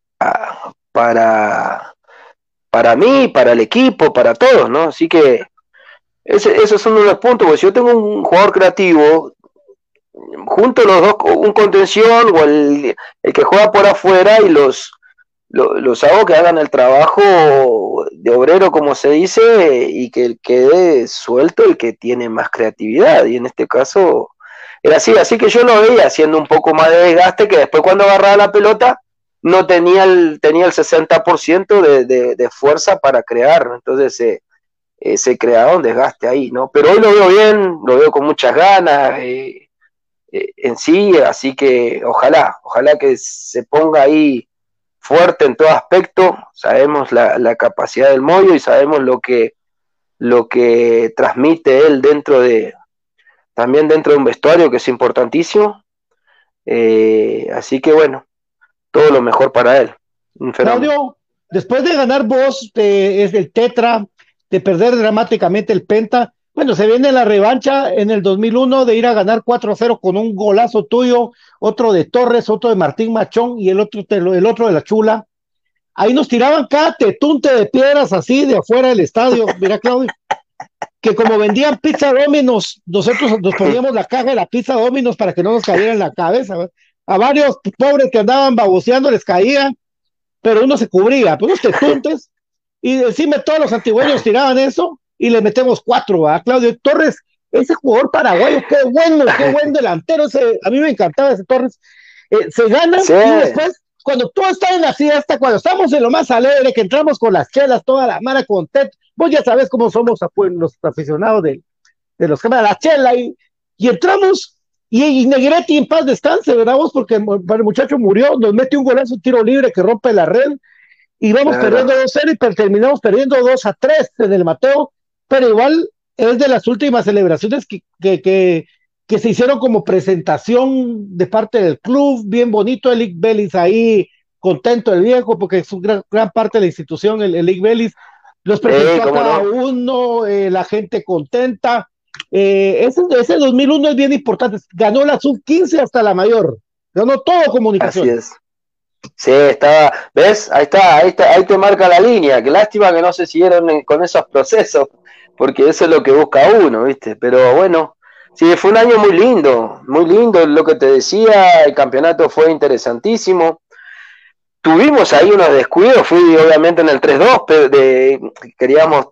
para, para mí, para el equipo, para todos, ¿no? Así que ese, esos son uno de los puntos, porque si yo tengo un jugador creativo, junto los dos, un contención o el, el que juega por afuera y los, los, los hago que hagan el trabajo de obrero, como se dice, y que quede suelto el que tiene más creatividad, y en este caso era así, así que yo lo veía haciendo un poco más de desgaste, que después cuando agarraba la pelota no tenía el, tenía el sesenta por ciento de, de, de fuerza para crear, entonces eh, eh, se creaba un desgaste ahí, ¿no? Pero hoy lo veo bien, lo veo con muchas ganas eh, eh, en sí, así que ojalá, ojalá que se ponga ahí fuerte en todo aspecto, sabemos la, la capacidad del Moyo y sabemos lo que lo que transmite él dentro de, también dentro de un vestuario que es importantísimo. Eh, así que bueno, todo lo mejor para él. Un fenómeno. Claudio, después de ganar vos, de, es el Tetra, de perder dramáticamente el Penta, bueno, se viene la revancha en el dos mil uno de ir a ganar cuatro a cero con un golazo tuyo, otro de Torres, otro de Martín Machón y el otro, el otro de la Chula. Ahí nos tiraban cada tetunte de piedras así de afuera del estadio, mira Claudio, que como vendían pizza Domino's, nosotros nos poníamos la caja de la pizza Domino's para que no nos cayera en la cabeza, ¿verdad? A varios pobres que andaban baboseando les caía, pero uno se cubría, pues unos tetuntes, y encima todos los antigüeños tiraban eso, y le metemos cuatro a Claudio Torres, ese jugador paraguayo, qué bueno, qué buen delantero, ese, a mí me encantaba ese Torres, eh, se gana, sí. Y después, cuando todo está en la fiesta, cuando estamos en lo más alegre, que entramos con las chelas, toda la mara contenta, vos ya sabes cómo somos los aficionados de, de los cámaras, la chela, y, y entramos, y, y Negretti en paz descanse, ¿verdad vos? Porque el, el muchacho murió, nos mete un golazo, un tiro libre que rompe la red, y vamos claro. perdiendo dos cero, y terminamos perdiendo dos a tres en el Mateo, pero igual es de las últimas celebraciones que, que, que, que se hicieron como presentación de parte del club, bien bonito, el Lick Vélez ahí, contento el viejo, porque es una gran, gran parte de la institución, el, el Lick Vélez, los presentó eh, a cada no? uno, eh, la gente contenta, eh, ese, ese dos mil uno es bien importante, ganó la sub quince hasta la mayor, ganó todo comunicación. Así es. Sí, estaba, ¿ves? Ahí está, ahí está, ahí te marca la línea, qué lástima que no se siguieron en, con esos procesos, porque eso es lo que busca uno, ¿viste? Pero bueno, sí, fue un año muy lindo, muy lindo, lo que te decía, el campeonato fue interesantísimo, tuvimos ahí unos descuidos, fui obviamente en el tres dos, pero de, queríamos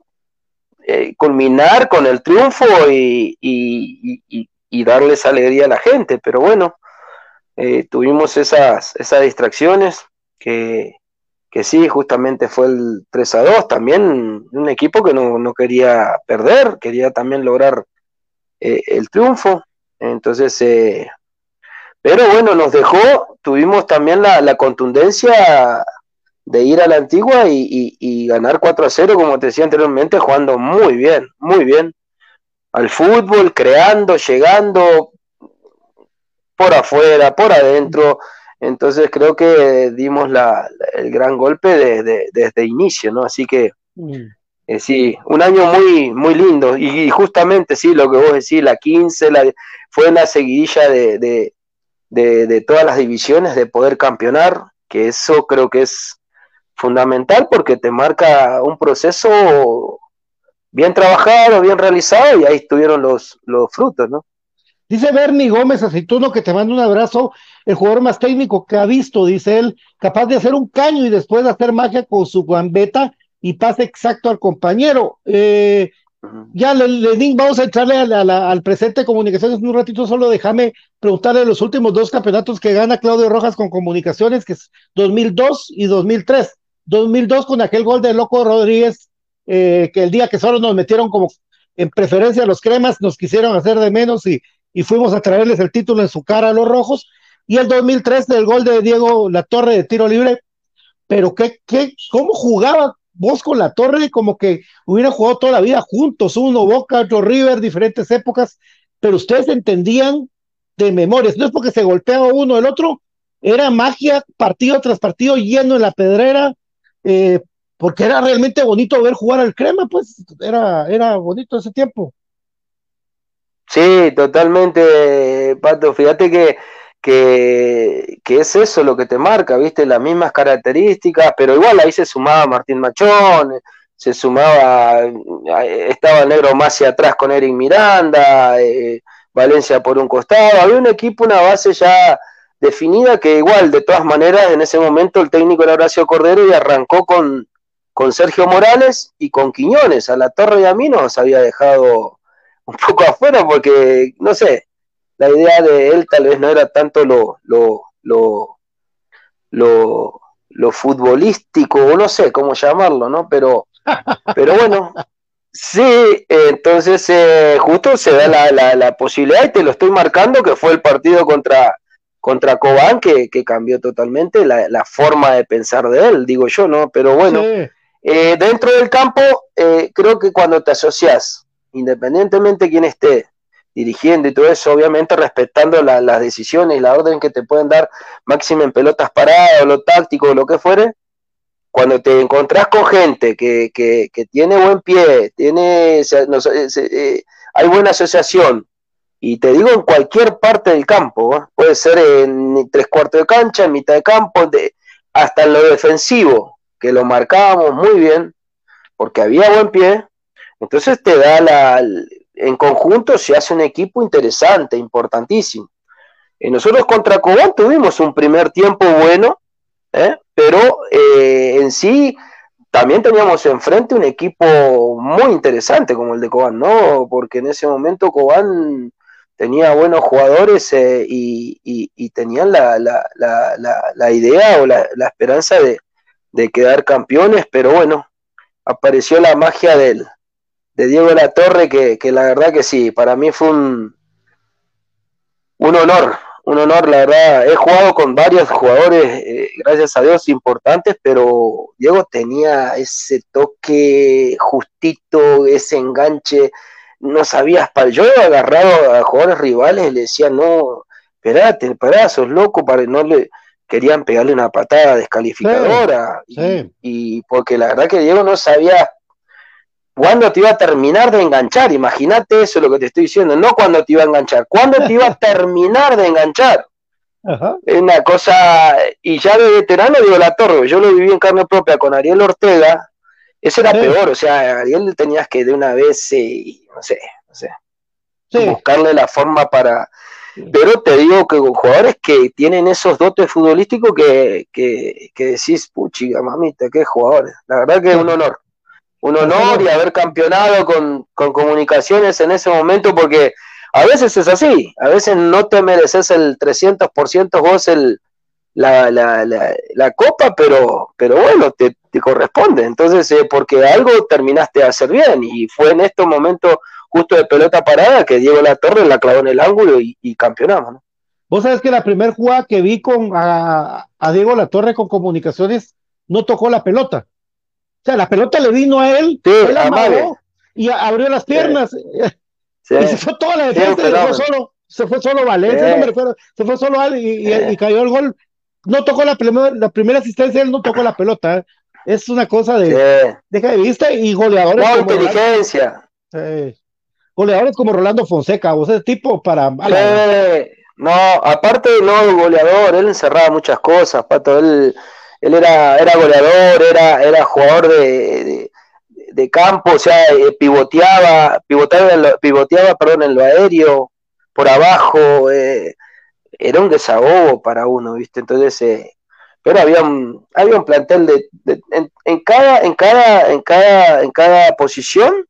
eh, culminar con el triunfo y, y, y, y darles alegría a la gente, pero bueno, eh, tuvimos esas, esas distracciones que, que sí, justamente fue el tres a dos, también un equipo que no, no quería perder, quería también lograr eh, el triunfo, entonces, eh, pero bueno, nos dejó, tuvimos también la, la contundencia de ir a la Antigua y, y, y ganar cuatro a cero, como te decía anteriormente, jugando muy bien, muy bien al fútbol, creando, llegando por afuera, por adentro. Entonces creo que dimos la, el gran golpe desde de, de, de inicio, ¿no? Así que mm. eh, sí, un año muy muy lindo y, y justamente sí, lo que vos decís, la quince la, fue una seguidilla de, de, de, de todas las divisiones, de poder campeonar, que eso creo que es fundamental porque te marca un proceso bien trabajado, bien realizado y ahí estuvieron los, los frutos, ¿no? Dice Bernie Gómez Aceituno que te manda un abrazo, el jugador más técnico que ha visto, dice él, capaz de hacer un caño y después de hacer magia con su gambeta y pase exacto al compañero. Eh, uh-huh. Ya, Lenín, vamos a entrarle a la, a la, al presente de Comunicaciones un ratito, solo déjame preguntarle los últimos dos campeonatos que gana Claudio Rojas con Comunicaciones, que es dos mil dos y dos mil tres. dos mil dos con aquel gol de Loco Rodríguez, eh, que el día que solo nos metieron como en preferencia a los cremas, nos quisieron hacer de menos y y fuimos a traerles el título en su cara a los rojos, y el dos mil tres del gol de Diego La Torre de tiro libre, pero qué, qué, cómo jugaba vos con La Torre, como que hubieran jugado toda la vida juntos, uno Boca, otro River, diferentes épocas, pero ustedes entendían de memorias, no es porque se golpeaba uno el otro, era magia, partido tras partido, lleno en la pedrera, eh, porque era realmente bonito ver jugar al crema, pues, era, era bonito ese tiempo. Sí, totalmente, Pato, fíjate que, que, que es eso lo que te marca, viste, las mismas características, pero igual ahí se sumaba Martín Machón, se sumaba, estaba el negro más hacia atrás con Eric Miranda, eh, Valencia por un costado, había un equipo, una base ya definida que igual, de todas maneras, en ese momento el técnico era Horacio Cordero y arrancó con, con Sergio Morales y con Quiñones, a La Torre y a mí nos había dejado un poco afuera porque, no sé, la idea de él tal vez no era tanto lo lo lo lo, lo futbolístico, o no sé cómo llamarlo, ¿no? Pero, pero bueno, sí, entonces eh, justo se da la, la, la posibilidad, y te lo estoy marcando, que fue el partido contra, contra Cobán, que, que cambió totalmente la, la forma de pensar de él, digo yo, ¿no? Pero bueno, sí. Eh, dentro del campo, eh, creo que cuando te asocias, independientemente de quién esté dirigiendo y todo eso, obviamente respetando la, las decisiones y la orden que te pueden dar, máximo en pelotas paradas o lo táctico o lo que fuere, cuando te encontrás con gente que, que, que tiene buen pie, tiene, se, no, se, eh, hay buena asociación, y te digo en cualquier parte del campo, ¿eh? Puede ser en tres cuartos de cancha, en mitad de campo, de, hasta en lo defensivo, que lo marcábamos muy bien, porque había buen pie, entonces te da la, en conjunto se hace un equipo interesante, importantísimo. Y nosotros contra Cobán tuvimos un primer tiempo bueno, ¿eh? pero eh, en sí también teníamos enfrente un equipo muy interesante como el de Cobán, ¿no? Porque en ese momento Cobán tenía buenos jugadores eh, y, y, y tenían la, la, la, la, la idea o la, la esperanza de, de quedar campeones, pero bueno, apareció la magia del, de Diego Latorre, que, que la verdad que sí, para mí fue un, un honor, un honor, la verdad. He jugado con varios jugadores, eh, gracias a Dios, importantes, pero Diego tenía ese toque justito, ese enganche, no sabías, para yo he agarrado a jugadores rivales y le decía, no, esperate, esperá, sos loco, para no le querían pegarle una patada descalificadora, sí, sí. Y, y porque la verdad que Diego no sabía cuándo te iba a terminar de enganchar, imagínate eso, lo que te estoy diciendo, no cuándo te iba a enganchar, cuándo te iba a terminar de enganchar. Ajá. Es una cosa, y ya de veterano digo Latorre, yo lo viví en carne propia con Ariel Ortega, eso era sí. peor, o sea, Ariel tenías que de una vez, eh, no sé, no sé, sí. buscarle la forma para, pero te digo que jugadores que tienen esos dotes futbolísticos que, que, que decís, puchiga, mamita, qué jugadores, la verdad que es un honor. Un honor y haber campeonado con, con Comunicaciones en ese momento, porque a veces es así, a veces no te mereces el trescientos por ciento vos el, la, la, la, la copa, pero, pero bueno, te, te corresponde, entonces eh, porque algo terminaste de hacer bien, y fue en estos momentos justo de pelota parada que Diego Latorre la clavó en el ángulo y, y campeonamos, ¿no? Vos sabés que la primera jugada que vi con a, a Diego Latorre con Comunicaciones no tocó la pelota. O sea, la pelota le vino a él, sí, él amagó y abrió las piernas. Sí. Sí. Y se fue toda la defensa, sí, y se fue solo, se fue solo Valencia, sí. no me refiero, se fue solo él y, sí. y, y cayó el gol. No tocó la, primer, la primera asistencia, él no tocó la pelota. Es una cosa de sí. deja de vista y goleadores. No, como inteligencia. Rolando, sí. Goleadores como Rolando Fonseca, o sea, tipo para. Sí. No, aparte no goleador, él encerraba muchas cosas, Pato, él. Él era, era goleador, era, era jugador de, de, de campo, o sea, eh, pivoteaba, pivoteaba, en lo, pivoteaba perdón, en lo aéreo, por abajo, eh, era un desahogo para uno, ¿viste? Entonces, eh, pero había un, había un plantel de, de en, en cada, en cada, en cada, en cada posición,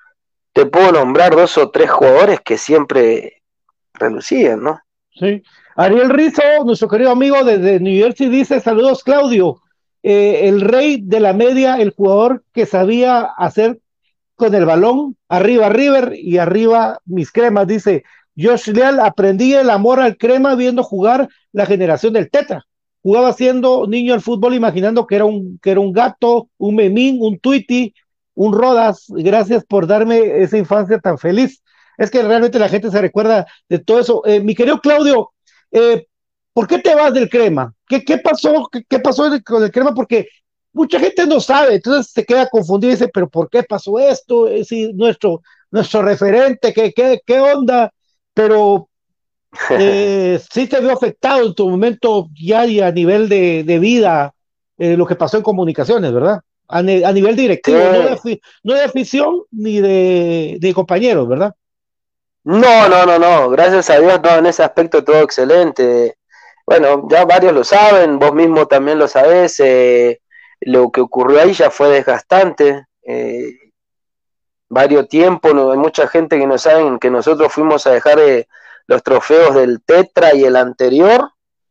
te puedo nombrar dos o tres jugadores que siempre relucían, ¿no? Sí. Ariel Rizzo, nuestro querido amigo desde New Jersey, dice, saludos Claudio, eh, el rey de la media, el jugador que sabía hacer con el balón, arriba River y arriba mis cremas, dice, Josh Leal, aprendí el amor al crema viendo jugar la generación del Tetra, jugaba siendo niño al fútbol imaginando que era un, que era un gato, un memín, un tuiti, un rodas, gracias por darme esa infancia tan feliz. Es que realmente la gente se recuerda de todo eso. Eh, mi querido Claudio, Eh, ¿por qué te vas del crema? ¿Qué, qué pasó? ¿Qué, qué pasó con el crema? Porque mucha gente no sabe, entonces se queda confundido y dice, pero ¿por qué pasó esto? Es decir, nuestro, nuestro referente, ¿qué, qué, qué onda? Pero eh, sí te vio afectado en tu momento ya y a nivel de, de vida eh, lo que pasó en Comunicaciones, ¿verdad? A, ne, a nivel directivo, sí. no, de, no de afición ni de, de compañeros, ¿verdad? No, no, no, no, gracias a Dios, no, en ese aspecto todo excelente. Bueno, ya varios lo saben, vos mismo también lo sabés, eh, lo que ocurrió ahí ya fue desgastante, eh, varios tiempos, no, hay mucha gente que no saben que nosotros fuimos a dejar eh, los trofeos del Tetra y el anterior,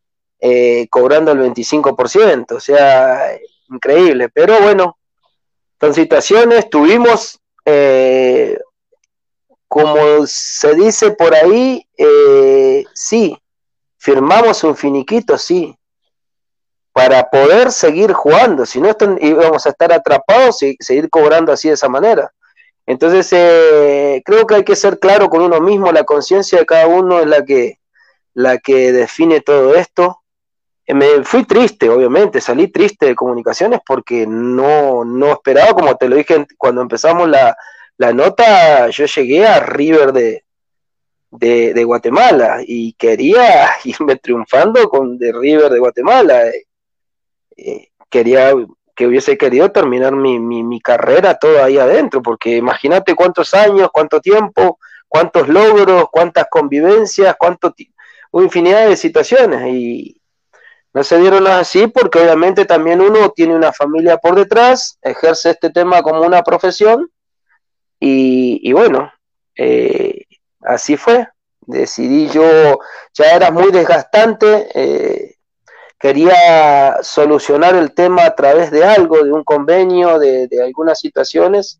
eh, cobrando el veinticinco por ciento, o sea, increíble, pero bueno, son situaciones, tuvimos... Eh, como se dice por ahí, eh, sí, firmamos un finiquito, sí, para poder seguir jugando, si no esto, íbamos a estar atrapados y seguir cobrando así de esa manera. Entonces eh, creo que hay que ser claro con uno mismo, la conciencia de cada uno es la que, la que define todo esto. Eh, me fui triste, obviamente, salí triste de comunicaciones porque no, no esperaba, como te lo dije cuando empezamos la, la nota, yo llegué a River de, de, de Guatemala y quería irme triunfando con de River de Guatemala. Eh, eh, quería que hubiese querido terminar mi, mi, mi carrera todo ahí adentro, porque imagínate cuántos años, cuánto tiempo, cuántos logros, cuántas convivencias, cuánto una infinidad de situaciones, y no se dieron así porque obviamente también uno tiene una familia por detrás, ejerce este tema como una profesión, y, y bueno, eh, así fue, decidí yo, ya era muy desgastante, eh, quería solucionar el tema a través de algo, de un convenio, de, de algunas situaciones.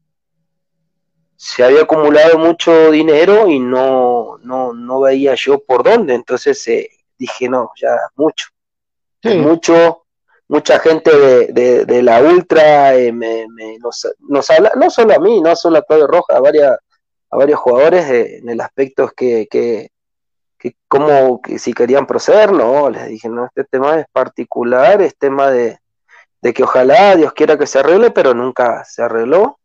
Se había acumulado mucho dinero y no, no, no veía yo por dónde, entonces eh, dije no, ya mucho, sí. Es mucho, mucha gente de, de, de la Ultra eh, me, me, nos, nos habla, no solo a mí, no solo a Claudio Rojas, a, varias, a varios jugadores eh, en el aspecto que, que que como que si querían proceder, no, les dije, no, este tema es particular, es tema de, de que ojalá Dios quiera que se arregle, pero nunca se arregló,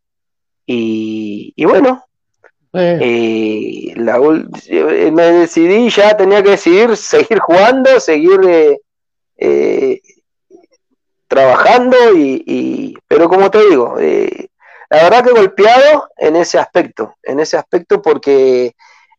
y, y bueno, eh. Eh, la, me decidí, ya tenía que decidir seguir jugando, seguir eh, eh, trabajando, y, y, pero como te digo, eh, la verdad que golpeado en ese aspecto, en ese aspecto porque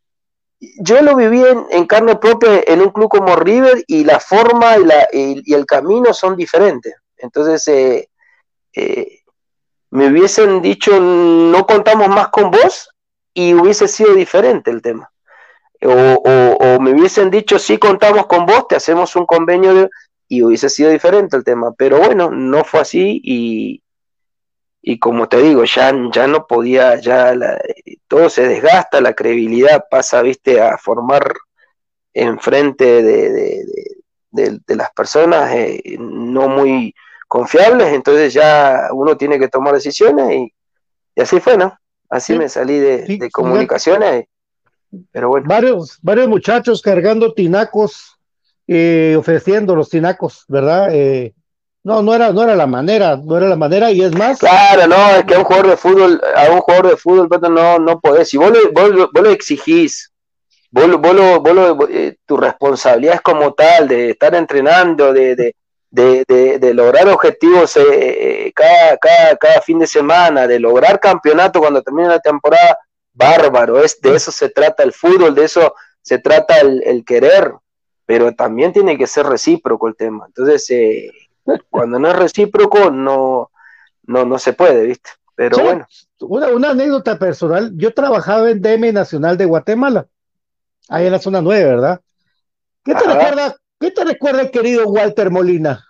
yo lo viví en, en carne propia en un club como River, y la forma y, la, y, y el camino son diferentes. Entonces, eh, eh, me hubiesen dicho, no contamos más con vos, y hubiese sido diferente el tema. O, o, o me hubiesen dicho, sí contamos con vos, te hacemos un convenio, de, y hubiese sido diferente el tema. Pero bueno, no fue así, y... y como te digo, ya, ya no podía, ya la, todo se desgasta, la credibilidad pasa, viste, a formar enfrente de, de, de, de, de las personas eh, no muy confiables, entonces ya uno tiene que tomar decisiones, y, y así fue, ¿no? Así sí, me salí de, sí, de comunicaciones, sí. Pero bueno. Varios, varios muchachos cargando tinacos, eh, ofreciendo los tinacos, ¿verdad? Eh, No, no era, no era la manera, no era la manera, y es más. Claro, no, es que a un jugador de fútbol, a un jugador de fútbol, no, no podés. Si vos, vos, vos lo exigís, vos, vos, lo, vos lo, eh, tu responsabilidad es como tal, de estar entrenando, de, de, de, de, de lograr objetivos eh, cada, cada, cada fin de semana, de lograr campeonato cuando termine la temporada, bárbaro, es, de eso se trata el fútbol, de eso se trata el, el querer, pero también tiene que ser recíproco el tema. Entonces, eh, cuando no es recíproco, no, no, no se puede, ¿viste? Pero sí, bueno. Una, una anécdota personal, yo trabajaba en D M Nacional de Guatemala, ahí en la zona nueve, ¿verdad? ¿Qué te, recuerda, ¿Qué te recuerda el querido Walter Molina?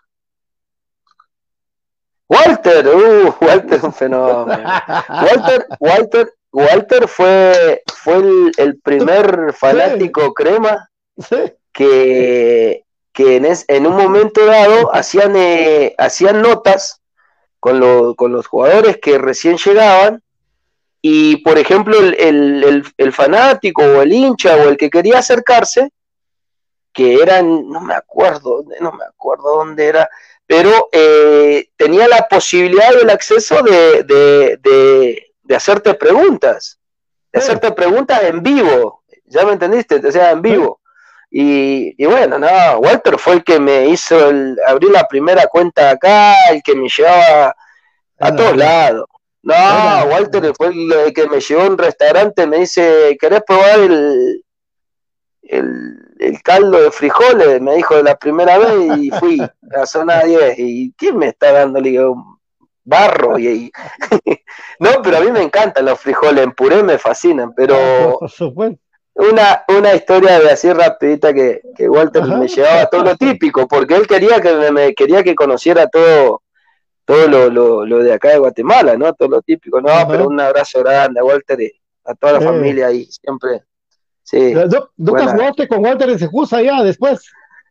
Walter, uh, Walter es un fenómeno. Walter, Walter, Walter fue, fue el, el primer fanático sí. crema sí. que... que en, es, en un momento dado hacían, eh, hacían notas con, lo, con los jugadores que recién llegaban, y por ejemplo el, el, el, el fanático o el hincha o el que quería acercarse, que eran, no me acuerdo, no me acuerdo dónde era, pero eh, tenía la posibilidad y el acceso de, de, de, de hacerte preguntas, de hacerte preguntas en vivo, ¿ya me entendiste? O sea, en vivo. Y, y bueno, no, Walter fue el que me hizo el, abrir la primera cuenta acá, el que me llevaba a no, todos no. lados. No, no, Walter fue el que me llevó a un restaurante, me dice, ¿querés probar el, el, el caldo de frijoles? Me dijo la primera vez, y fui a la zona diez. ¿Y quién me está dando? Le digo, barro. Y, y no, pero a mí me encantan los frijoles, en puré me fascinan, pero... Una, una historia de así rapidita que, que Walter Ajá. me llevaba todo lo típico, porque él quería que me, me quería que conociera todo todo lo, lo, lo de acá de Guatemala, ¿no? Todo lo típico, no, Ajá. pero un abrazo grande a Walter y a toda la eh. familia ahí, siempre. Sí. ¿Nunca jugaste con Walter en Sejusa ya después?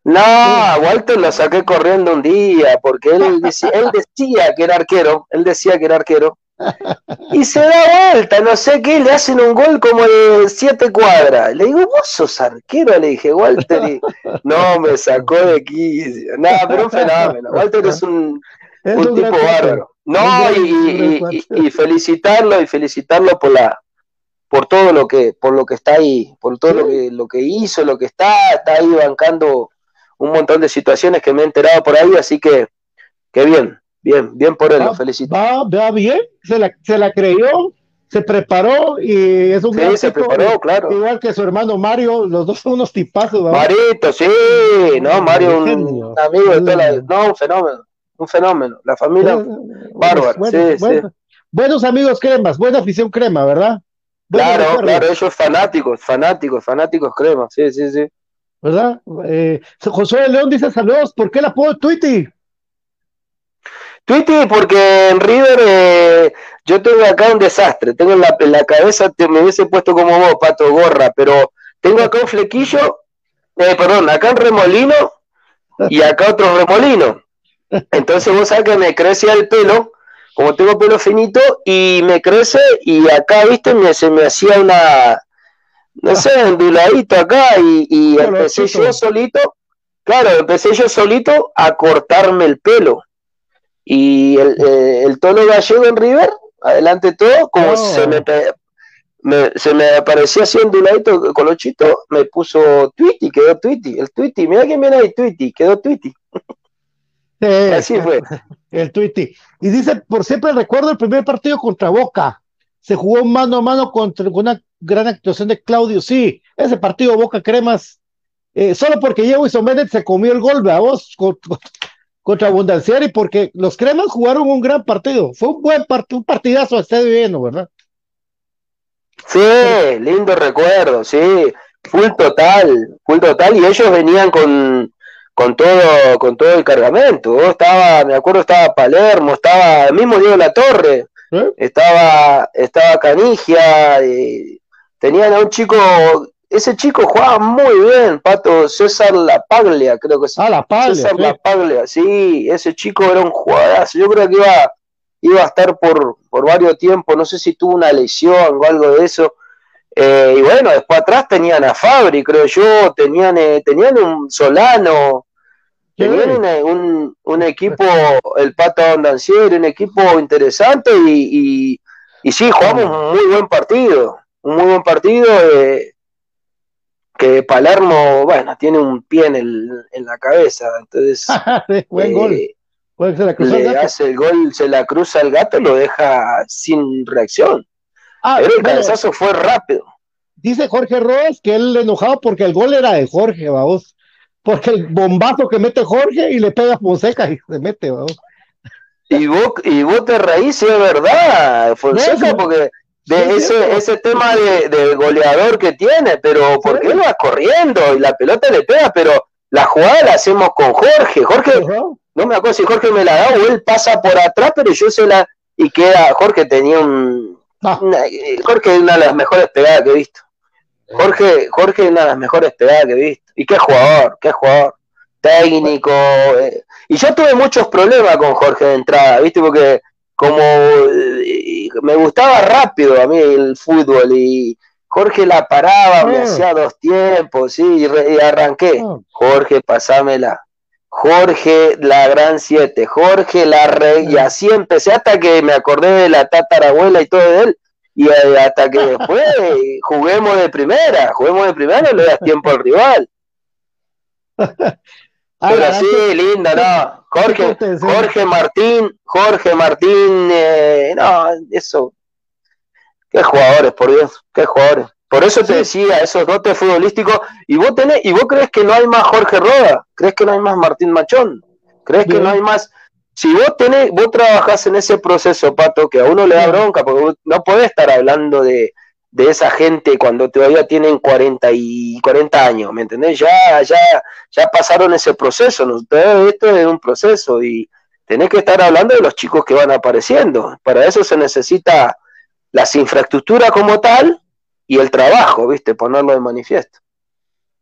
No, a Walter lo saqué corriendo un día, porque él decía, él decía que era arquero, él decía que era arquero, y se da vuelta, no sé qué, le hacen un gol como de siete cuadras. Le digo, vos sos arquero, le dije, Walter, y no, me sacó de aquí. Nada, pero un fenómeno. Walter es un, Es un un tipo gran cuate. bárbaro. No, Un gran- y, un gran y- cuate. y- y felicitarlo, y felicitarlo por la, por todo lo que, por lo que está ahí, por todo Sí. lo que, lo que hizo, lo que está, está ahí bancando un montón de situaciones que me he enterado por ahí, así que, que bien, bien, bien por él, lo Va, felicito. va, va bien, se la, se la creyó, se preparó y es un Sí, gran se tipo, preparó, claro. igual que su hermano Mario, los dos son unos tipazos, ¿verdad? Marito, sí, no, Mario, un Genio. amigo de toda la, no, un fenómeno, un fenómeno, la familia Buenos, bárbara, buenos, sí, sí, buenos, buenos amigos cremas, buena afición crema, ¿verdad? Buenos claro, recuerdos, claro, ellos fanáticos, fanáticos, fanáticos crema, sí, sí, sí. ¿verdad? Eh, Josué de León dice saludos, ¿por qué el apodo Tweety? Tweety, porque en River eh, yo tengo acá un desastre, tengo en la, en la cabeza, te, me hubiese puesto como vos, Pato, gorra, pero tengo acá un flequillo, eh, perdón, acá un remolino y acá otro remolino. Entonces vos sabés que me crece el pelo, como tengo pelo finito, y me crece, y acá, viste, me, se me hacía una, no sé, onduladito acá, y, y Un empecé colorcito. yo solito, claro, empecé yo solito a cortarme el pelo. Y el, eh, el tono gallego en River, adelante todo, como Oh. se me, pe- me- se me aparecía así onduladito, colochito, me puso Tweety, quedó Tweety, el Tweety, mira que viene ahí Tweety, quedó Tweety. Sí, Así fue. el Tweety. Y dice, por siempre recuerdo el primer partido contra Boca. Se jugó mano a mano contra una gran actuación de Claudio. Sí, ese partido Boca Cremas, eh, solo porque Jefferson Bennett se comió el gol, ¿verdad vos? Con- con- Contra Abundanciera y porque los Cremas jugaron un gran partido. Fue un buen partido, un partidazo a estar viviendo, ¿verdad? Sí, lindo recuerdo, sí, full total, full total, y ellos venían con, con todo, con todo el cargamento. Vos estaba, me acuerdo, estaba Palermo, estaba el mismo Diego Latorre, ¿Eh? estaba, estaba Canigia, y tenían a un chico, ese chico jugaba muy bien, Pato, César Lapaglia, creo que sí. Ah, la Paglia, César sí. Lapaglia, sí, ese chico era un jugadorazo, yo creo que iba, iba a estar por, por varios tiempos, no sé si tuvo una lesión o algo de eso. Eh, y bueno, después atrás tenían a Fabri, creo yo, tenían, eh, tenían un Solano, Sí. tenían una- un, un equipo, el Pato Ondancieri, un equipo interesante y, y, y sí, jugamos un muy buen partido, un muy buen partido, eh, que Palermo, bueno, tiene un pie en, el, en la cabeza, entonces Sí, buen eh, gol. Buen- se la cruzó el le gato. hace el gol, se la cruza el gato y lo deja sin reacción. Ah, Pero el bueno, cabezazo fue rápido. dice Jorge Rojas que él enojado porque el gol era de Jorge, vamos. Porque el bombazo que mete Jorge y le pega a Fonseca y se mete, vamos. Y vos, y vos te reís, sí, es verdad, Fonseca, No, sí. porque de Sí, es ese, cierto. ese tema de, de goleador que tiene, pero porque Sí. él va corriendo y la pelota le pega, pero la jugada la hacemos con Jorge. Jorge, Ajá. no me acuerdo si Jorge me la da o él pasa por atrás, pero yo se la. Y queda. Jorge tenía un. Ah. Una, Jorge es una de las mejores pegadas que he visto. Jorge, Jorge es una de las mejores pegadas que he visto. Y qué jugador, qué jugador. Técnico. Eh. Y yo tuve muchos problemas con Jorge de entrada, ¿viste? Porque como eh, me gustaba rápido a mí el fútbol y Jorge la paraba, me Ah. hacía dos tiempos, sí, y, re- y arranqué. Ah. Jorge, pasámela. Jorge, la gran siete. Jorge, la re... Y así empecé hasta que me acordé de la tatarabuela y todo de él. Y eh, hasta que después eh, juguemos de primera, juguemos de primera y le das tiempo al rival. Ah, Pero la sí, verdad lindo, no. Jorge, cortés, sí. Jorge Martín, Jorge Martín, eh, no, eso. Qué jugadores, por Dios, qué jugadores. Por eso te Sí. decía, esos dotes futbolísticos. Y vos tenés, y vos crees que no hay más Jorge Roda, crees que no hay más Martín Machón, crees que Bien. no hay más. Si vos tenés, vos trabajás en ese proceso, Pato, que a uno le da Bien. bronca, porque vos no podés estar hablando de, de esa gente cuando todavía tienen cuarenta y cuarenta años, ¿me entendés? Ya, ya, ya pasaron ese proceso, ¿no? Todo esto es un proceso y tenés que estar hablando de los chicos que van apareciendo. Para eso se necesita las infraestructuras como tal y el trabajo, ¿viste? Ponerlo de manifiesto.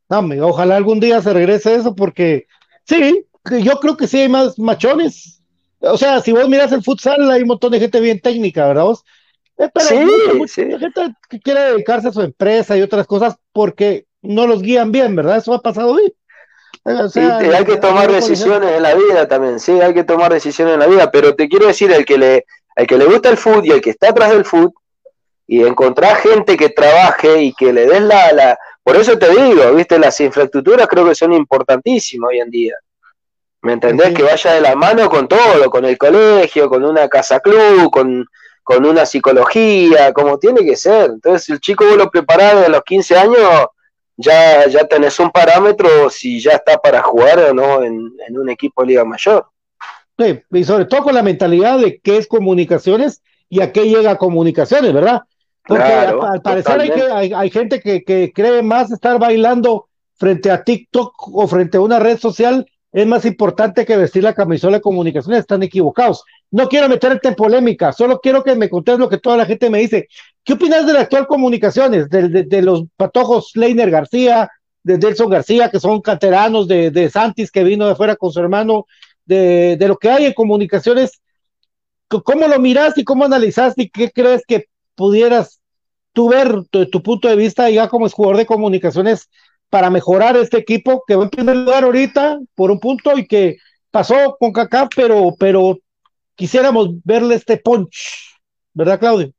No, me- ojalá algún día se regrese eso, porque sí, que yo creo que sí hay más machones. O sea, si vos miras el futsal, hay un montón de gente bien técnica, ¿verdad vos? Eh, pero Sí, mucha, mucha sí. gente que quiere dedicarse a su empresa y otras cosas porque no los guían bien, ¿verdad? Eso ha pasado hoy. Eh, O Y sea, te- hay que a tomar nivel colegial. decisiones en la vida también, sí, hay que tomar decisiones en la vida, pero te quiero decir, el que le, el que le gusta el fútbol y el que está atrás del fútbol, y encontrar gente que trabaje y que le des la, la... Por eso te digo, viste, las infraestructuras creo que son importantísimas hoy en día. ¿Me Pues entendés? Que sí. vaya de la mano con todo, con el colegio, con una casa club, con, con una psicología, como tiene que ser. Entonces, el chico vos lo preparás a los quince años, ya, ya tenés un parámetro si ya está para jugar o no en, en un equipo de Liga Mayor. Sí, y sobre todo con la mentalidad de qué es comunicaciones y a qué llega comunicaciones, ¿verdad? Porque a- Claro, al parecer hay, que, totalmente. hay, hay gente que, que cree más estar bailando frente a TikTok o frente a una red social es más importante que vestir la camisola de comunicaciones. Están equivocados. No quiero meterte en polémica, solo quiero que me contes lo que toda la gente me dice. ¿Qué opinas de la actual comunicaciones? De, de, de los patojos Leiner García, de Delson García, que son canteranos de, de Santis, que vino de afuera con su hermano, de, de lo que hay en comunicaciones. ¿Cómo lo miras y cómo analizas y qué crees que pudieras tú ver tu, tu punto de vista ya como jugador de comunicaciones para mejorar este equipo que va en primer lugar ahorita por un punto y que pasó con Kaká, pero, pero quisiéramos verle este punch, ¿verdad, Claudio?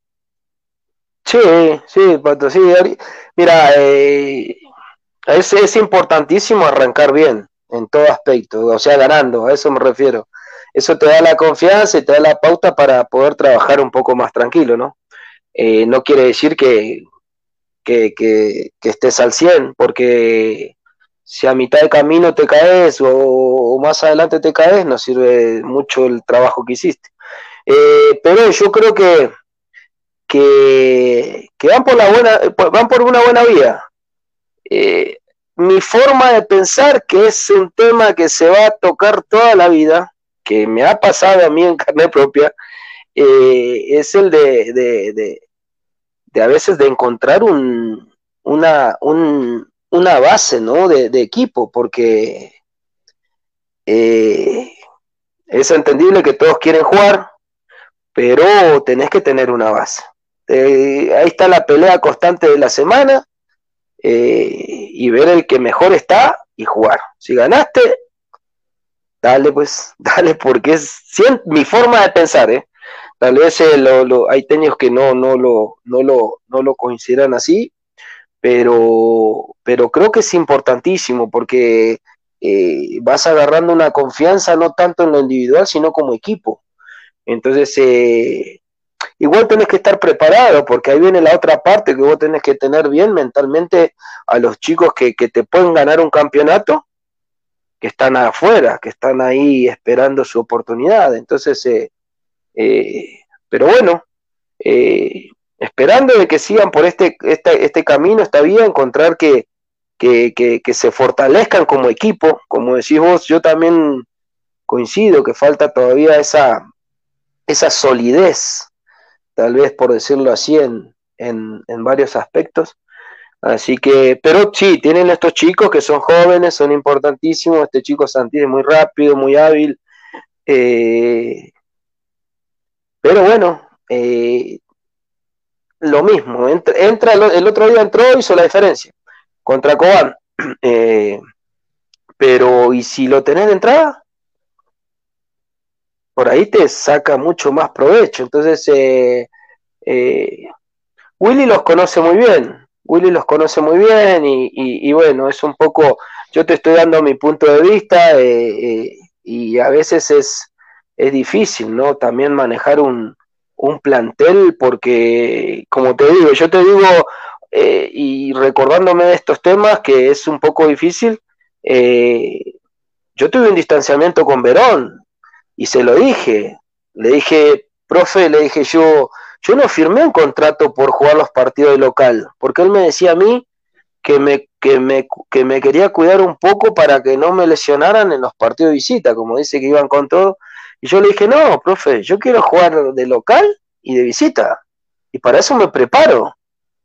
Sí, sí, Pato, sí. Mira, eh, es, es importantísimo arrancar bien en todo aspecto, o sea, ganando, a eso me refiero. Eso te da la confianza y te da la pauta para poder trabajar un poco más tranquilo, ¿no? Eh, no quiere decir que, que, que, que estés al cien, porque si a mitad de camino te caes o, o más adelante te caes, no sirve mucho el trabajo que hiciste. Eh, pero yo creo que, que, que van por la buena, van por una buena vía. Eh, mi forma de pensar, que es un tema que se va a tocar toda la vida, que me ha pasado a mí en carne propia, eh, es el de, de, de, de, a veces de encontrar un, una, un, una base, ¿no? de, de equipo, porque eh, es entendible que todos quieren jugar, pero tenés que tener una base. Eh, ahí está la pelea constante de la semana, eh, y ver el que mejor está y jugar. Si ganaste, dale pues, dale, porque es mi forma de pensar, ¿eh? Tal vez eh, lo, lo, hay técnicos que no, no, lo, no, lo, no lo consideran así, pero, pero creo que es importantísimo porque eh, vas agarrando una confianza no tanto en lo individual, sino como equipo. Entonces, eh, igual tenés que estar preparado, porque ahí viene la otra parte que vos tenés que tener bien mentalmente a los chicos que, que te pueden ganar un campeonato, que están afuera, que están ahí esperando su oportunidad. Entonces, eh, eh, pero bueno, eh, esperando de que sigan por este, este, este camino, esta vía, encontrar que, que, que, que se fortalezcan como equipo, como decís vos, yo también coincido que falta todavía esa, esa solidez, tal vez por decirlo así, en, en, en varios aspectos. Así que, pero sí, tienen estos chicos que son jóvenes, son importantísimos. Este chico Santi es muy rápido, muy hábil. Eh, pero bueno, eh, lo mismo. Entra, entra el, el, otro día entró, hizo la diferencia contra Cobán. Eh, pero, ¿y si lo tenés de entrada? Por ahí te saca mucho más provecho. Entonces, eh, eh, Willy los conoce muy bien. Willy los conoce muy bien y, y, y bueno, es un poco, yo te estoy dando mi punto de vista, eh, eh, y a veces es, es difícil, ¿no? También manejar un, un plantel porque, como te digo, yo te digo, eh, y recordándome de estos temas que es un poco difícil, eh, yo tuve un distanciamiento con Verón y se lo dije, le dije, profe, le dije yo, yo no firmé un contrato por jugar los partidos de local, porque él me decía a mí que me, que me, que me quería cuidar un poco para que no me lesionaran en los partidos de visita, como dice que iban con todo, y yo le dije, no, profe, yo quiero jugar de local y de visita, y para eso me preparo,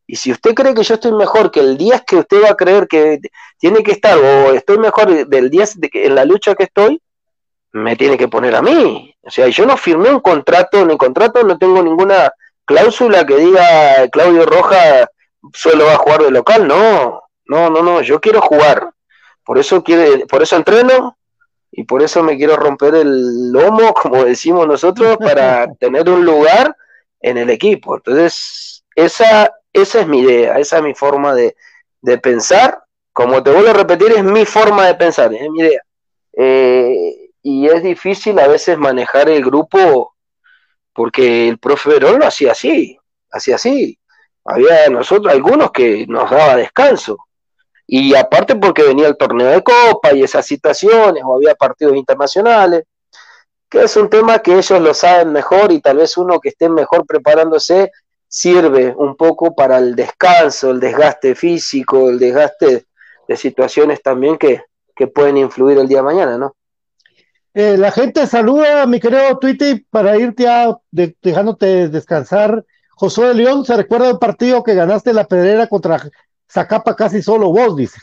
Y si usted cree que yo estoy mejor que el diez que usted va a creer que tiene que estar, o estoy mejor del diez de que, en la lucha que estoy, me tiene que poner a mí. O sea, yo no firmé un contrato, en el contrato no tengo ninguna cláusula que diga Claudio Rojas solo va a jugar de local, no, no, no, no, yo quiero jugar. Por eso quiere, por eso entreno y por eso me quiero romper el lomo, como decimos nosotros, para tener un lugar en el equipo. Entonces, esa, esa es mi idea, esa es mi forma de, de pensar. Como te vuelvo a repetir, es mi forma de pensar, es mi idea. Eh, y es difícil a veces manejar el grupo porque el profe Verón lo hacía así, hacía así. Había nosotros algunos que nos daba descanso. Y aparte porque venía el torneo de Copa y esas situaciones, o había partidos internacionales, que es un tema que ellos lo saben mejor y tal vez uno que esté mejor preparándose sirve un poco para el descanso, el desgaste físico, el desgaste de situaciones también que, que pueden influir el día de mañana, ¿no? Eh, la gente saluda, mi querido Twitty, para irte ya de, dejándote descansar. Josué de León, ¿se recuerda el partido que ganaste la Pedrera contra Zacapa casi solo vos? Dice.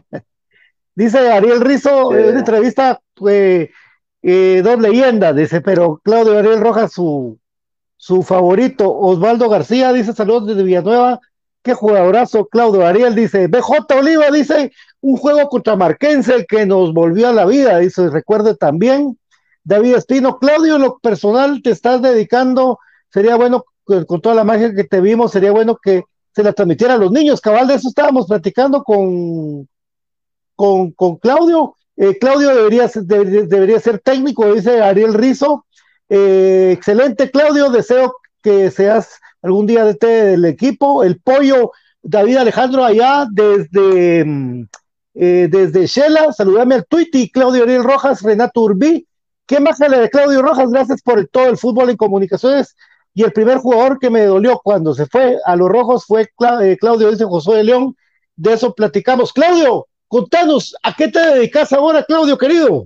Dice Ariel Rizo, Sí. en una entrevista, eh, eh, dos leyendas, dice, pero Claudio Ariel Rojas, su, su favorito. Osvaldo García, dice, saludos desde Villanueva. Qué jugadorazo, Claudio Ariel, dice. B J Oliva, dice, un juego contra Marquense que nos volvió a la vida, dice, recuerde también. David Espino, Claudio, en lo personal te estás dedicando, sería bueno, con, con toda la magia que te vimos, sería bueno que se la transmitiera a los niños, cabal, de eso estábamos platicando con, con, con Claudio. Eh, Claudio debería, de, debería ser técnico, dice Ariel Rizo. Eh, excelente, Claudio, deseo que seas algún día de té del equipo. El pollo, David Alejandro, allá desde, eh, desde Shela, saludame al Twitty, Claudio Ariel Rojas, Renato Urbí. ¿Qué más sale de Claudio Rojas? Gracias por el, todo el fútbol en comunicaciones. Y el primer jugador que me dolió cuando se fue a los rojos fue Cla eh, Claudio, dice Josué de León. De eso platicamos. Claudio, contanos, ¿a qué te dedicas ahora, Claudio, querido?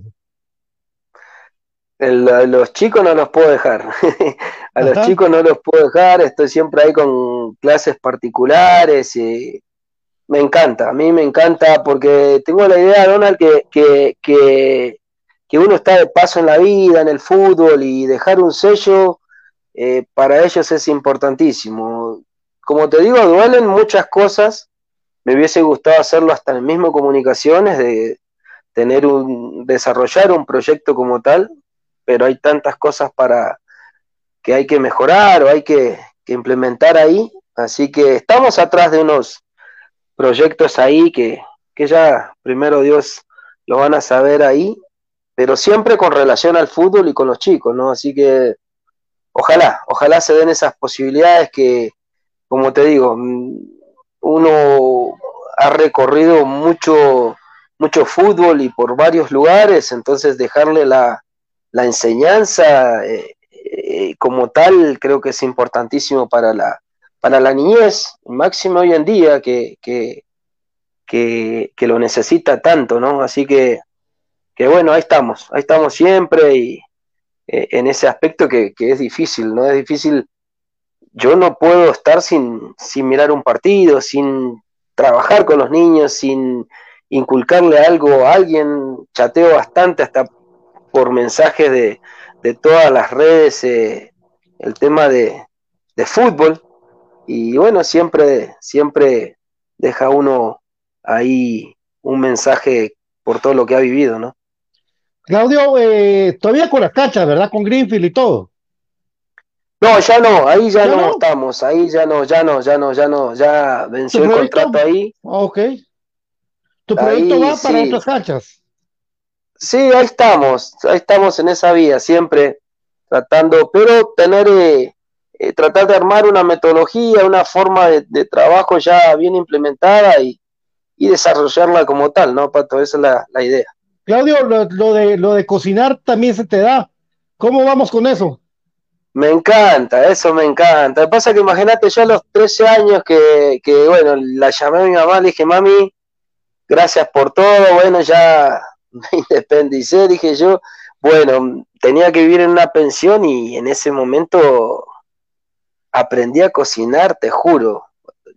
El, a los chicos no los puedo dejar. A Ajá. los chicos no los puedo dejar. Estoy siempre ahí con clases particulares. Y me encanta, a mí me encanta porque tengo la idea, Donald, que, que, que, que uno está de paso en la vida, en el fútbol, y dejar un sello eh, para ellos es importantísimo. Como te digo, duelen muchas cosas. Me hubiese gustado hacerlo hasta en el mismo Comunicaciones, de tener un, desarrollar un proyecto como tal, pero hay tantas cosas para que hay que mejorar o hay que, que implementar ahí, así que estamos atrás de unos proyectos ahí que, que ya primero Dios lo van a saber ahí, pero siempre con relación al fútbol y con los chicos, ¿no? Así que ojalá, ojalá se den esas posibilidades que, como te digo, uno ha recorrido mucho, mucho fútbol y por varios lugares, entonces dejarle la la enseñanza eh, eh, como tal creo que es importantísimo para la, para la niñez, máximo hoy en día que, que, que, que lo necesita tanto, ¿no? Así que, que bueno, ahí estamos, ahí estamos siempre y eh, en ese aspecto que, que es difícil, ¿no? Es difícil, yo no puedo estar sin, sin mirar un partido, sin trabajar con los niños, sin inculcarle algo a alguien, chateo bastante hasta por mensajes de, de todas las redes, eh, el tema de, de fútbol, y bueno, siempre, siempre deja uno ahí un mensaje por todo lo que ha vivido, ¿no? Claudio, eh, todavía con las canchas, ¿verdad? Con Greenfield y todo. No, ya no, ahí ya, ¿Ya no, no estamos, ahí ya no, ya no, ya no, ya no, ya venció el contrato ahí. Ok. ¿Tu proyecto ahí, va para sí. otras canchas? Sí, ahí estamos, ahí estamos en esa vía, siempre tratando, pero tener, eh, eh, tratar de armar una metodología, una forma de, de trabajo ya bien implementada y, y desarrollarla como tal, ¿no, Pato? Esa es la, la idea. Claudio, lo, lo, de, lo de cocinar también se te da. ¿Cómo vamos con eso? Me encanta, eso me encanta. Lo que pasa es que imagínate, yo a los trece años que, que, bueno, la llamé a mi mamá, le dije, mami, gracias por todo, bueno, ya me independicé, dije yo, bueno, tenía que vivir en una pensión y en ese momento aprendí a cocinar, te juro,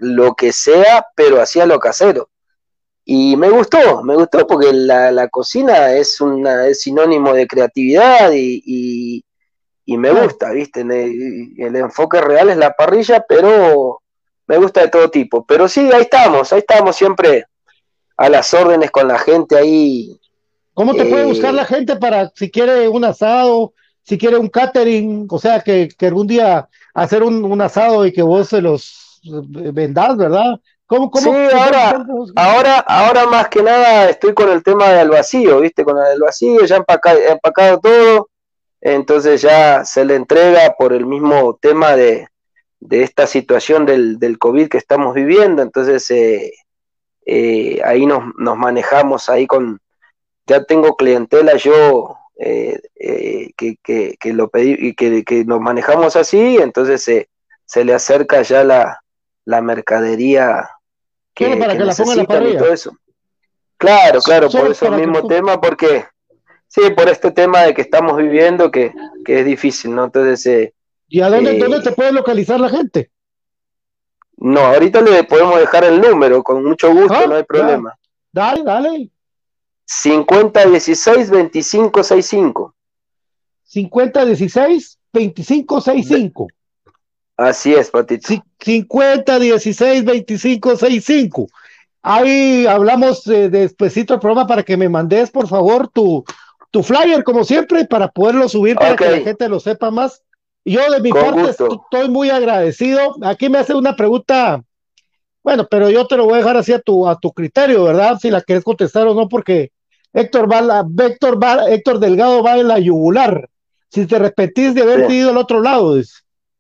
lo que sea, pero hacía lo casero. Y me gustó, me gustó porque la, la cocina es, una, es sinónimo de creatividad y, y, y me gusta, ¿viste? El, el enfoque real es la parrilla, pero me gusta de todo tipo. Pero sí, ahí estamos, ahí estamos siempre a las órdenes con la gente ahí. ¿Cómo te eh, puede buscar la gente para si quiere un asado, si quiere un catering, o sea, que, que algún día hacer un, un asado y que vos se los vendás, ¿verdad? ¿Cómo, cómo? Sí, ahora, ahora, ahora más que nada estoy con el tema del vacío, ¿viste? Con el vacío, ya empacado, empacado todo, entonces ya se le entrega por el mismo tema de, de esta situación del, del COVID que estamos viviendo, entonces eh, eh, ahí nos, nos manejamos ahí con, ya tengo clientela yo eh, eh, que, que, que lo pedí y que, que nos manejamos así, entonces eh, se le acerca ya la, la mercadería que, Solo para que que la ponga en la necesitan y parrilla. todo eso. Claro, claro, Solo por ese para que- mismo tema, porque sí, por este tema de que estamos viviendo que, que es difícil, ¿no? Entonces, eh, ¿Y a dónde, eh, dónde te puede localizar la gente? no, ahorita le podemos dejar el número, con mucho gusto, Ah, no hay ya. problema. Dale, dale. cincuenta dieciséis veinticinco sesenta y cinco. cincuenta dieciséis veinticinco sesenta y cinco. Así es, Patito. Sí, cincuenta dieciséis veinticinco sesenta y cinco. Ahí hablamos eh, despuesito del programa para que me mandes, por favor, tu, tu flyer, como siempre, para poderlo subir para Ok. que la gente lo sepa más. Y yo de mi Con parte gusto. est- estoy muy agradecido. Aquí me hace una pregunta, bueno, pero yo te lo voy a dejar así a tu, a tu criterio, ¿verdad? Si la quieres contestar o no, porque Héctor, va la, Héctor, va, Héctor Delgado va en la yugular. Si te repetís de haberte Sí. ido al otro lado, dice.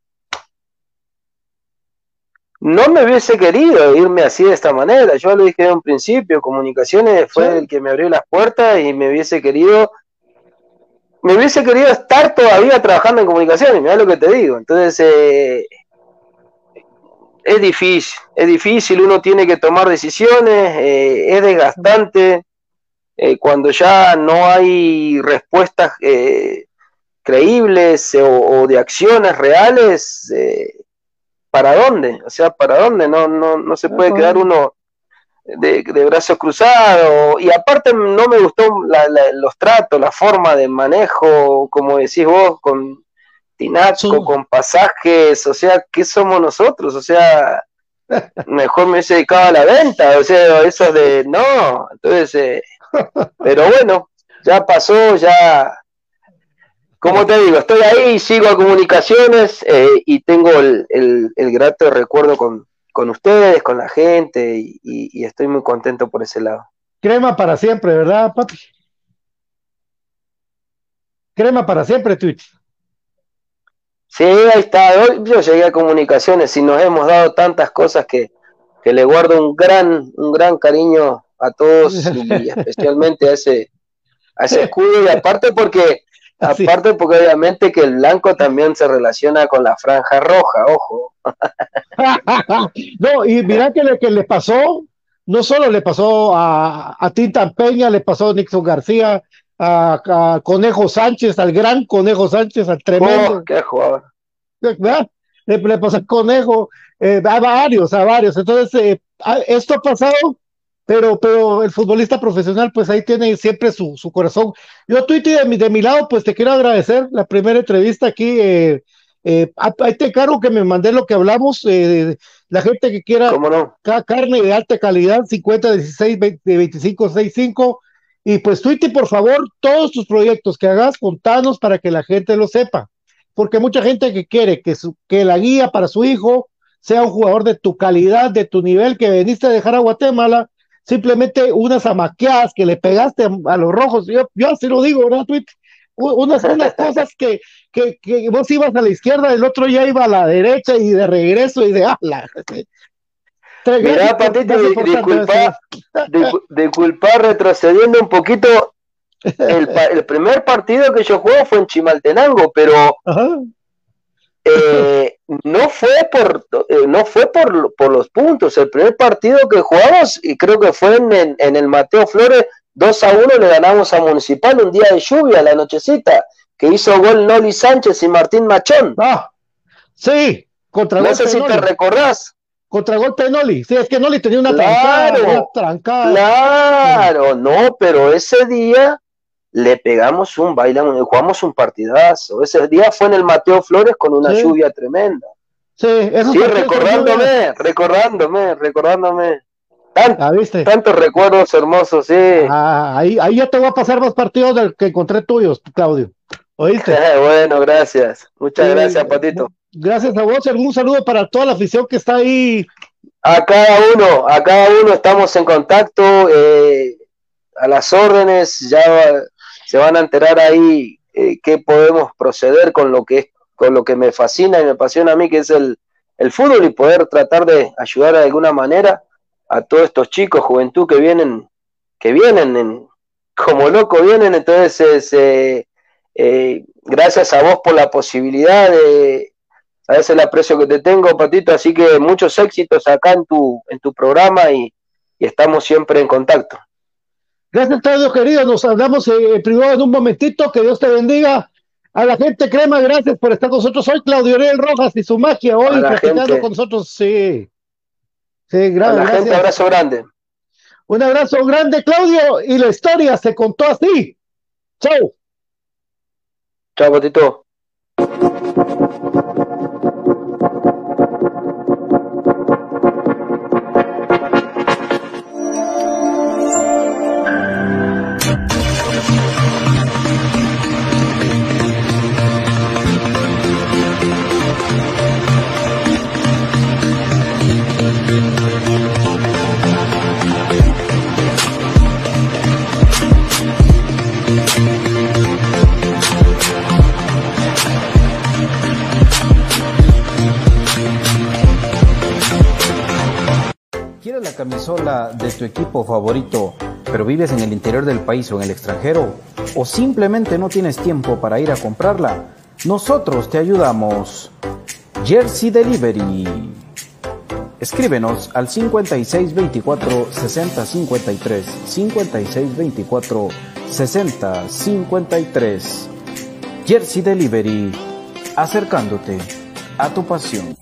No me hubiese querido irme así de esta manera. Yo lo dije de un principio, comunicaciones fue Sí. el que me abrió las puertas y me hubiese querido, me hubiese querido estar todavía trabajando en comunicaciones, mirá lo que te digo. Entonces, eh, es difícil, es difícil, uno tiene que tomar decisiones, eh, es desgastante, eh, cuando ya no hay respuestas eh, creíbles eh, o, o de acciones reales, eh, ¿para dónde? O sea, ¿para dónde? No, no, no se puede quedar uno de, de brazos cruzados. Y aparte no me gustó la, la, los tratos, la forma de manejo, como decís vos, con Tinasco, Su- con pasajes. O sea, ¿qué somos nosotros? O sea, mejor me hubiese dedicado a la venta. O sea, eso de no. Entonces, eh, pero bueno, ya pasó, ya. Como te digo, estoy ahí, sigo a comunicaciones eh, y tengo el, el, el grato recuerdo con, con ustedes, con la gente y, y, y estoy muy contento por ese lado. Crema para siempre, ¿verdad, papi? Crema para siempre, Twitch. Sí, ahí está. Hoy yo llegué a comunicaciones y nos hemos dado tantas cosas que, que le guardo un gran, un gran cariño a todos y especialmente a ese, a ese escudo y aparte porque Así. aparte porque obviamente que el blanco también se relaciona con la franja roja, ojo. No, y mira que le, que le pasó, no solo le pasó a, a Tintan Peña, le pasó a Nixon García, a, a Conejo Sánchez, al gran Conejo Sánchez, al tremendo, Oh, qué jugador. ¿verdad? Le, le pasó al Conejo, eh, a varios, a varios. Entonces, eh, a- esto ha pasado, pero, pero el futbolista profesional, pues ahí tiene siempre su, su corazón. Yo, Twitty, de mi, de mi lado, pues te quiero agradecer la primera entrevista aquí. Eh, eh, a- ahí te encargo que me mandé lo que hablamos. Eh, la gente que quiera ¿Cómo no? ca- carne de alta calidad, cincuenta dieciséis veinte veinticinco sesenta y cinco. Y pues, Twitty, por favor, todos tus proyectos que hagas, contanos para que la gente lo sepa. Porque mucha gente que quiere que, su, que la guía para su hijo sea un jugador de tu calidad, de tu nivel, que veniste a dejar a Guatemala, simplemente unas amaqueadas que le pegaste a, a los rojos. Yo, yo así lo digo, ¿verdad, Twitty? Unas, unas cosas que, que, que vos ibas a la izquierda, el otro ya iba a la derecha y de regreso y de ala. Mirá, Patito, disculpa, disculpa, retrocediendo un poquito, el, el primer partido que yo juego fue en Chimaltenango, pero eh, no fue por eh, no fue por, por los puntos. El primer partido que jugamos, y creo que fue en, en, en el Mateo Flores, dos a uno le ganamos a Municipal, un día de lluvia, la nochecita, que hizo gol Noli Sánchez y Martín Machón. Ah, sí, contra no sé si te recordás. Contragolpe de Noli. Sí, es que Noli tenía una Claro, trancada, una trancada. claro, no, pero ese día le pegamos un baile, jugamos un partidazo. Ese día fue en el Mateo Flores con una Sí. lluvia tremenda. Sí, esos Sí, partidos con lluvia. recordándome, recordándome, recordándome. Tan- Ah, ¿viste? tantos recuerdos hermosos, sí. Ah, ahí, ahí ya te voy a pasar más partidos del que encontré tuyos, Claudio. ¿Oíste? Bueno, gracias. Muchas Sí, gracias, Patito. Gracias a vos. Un saludo para toda la afición que está ahí. A cada uno, a cada uno estamos en contacto, eh, a las órdenes, ya se van a enterar ahí eh, qué podemos proceder con lo que es, con lo que me fascina y me apasiona a mí, que es el, el fútbol, y poder tratar de ayudar de alguna manera a todos estos chicos, juventud que vienen, que vienen en, como loco vienen. Entonces eh, eh, gracias a vos por la posibilidad de, sabes el aprecio que te tengo, Patito, así que muchos éxitos acá en tu, en tu programa, y, y estamos siempre en contacto. Gracias, Claudio, querido. Nos hablamos eh, privado en un momentito. Que Dios te bendiga. A la gente crema, gracias por estar con nosotros hoy. Claudio Ariel Rojas y su magia hoy platicando gente. con nosotros. Sí. Sí, A gra la gracias. gente, abrazo grande. Un abrazo grande, Claudio. Y la historia se contó así. Chau. Chao, Patito. ¿Quieres la camisola de tu equipo favorito, pero vives en el interior del país o en el extranjero? ¿O simplemente no tienes tiempo para ir a comprarla? Nosotros te ayudamos. Jersey Delivery. Escríbenos al cincuenta y seis veinticuatro sesenta cincuenta y tres, cincuenta y seis veinticuatro sesenta cincuenta y tres. Jersey Delivery, acercándote a tu pasión.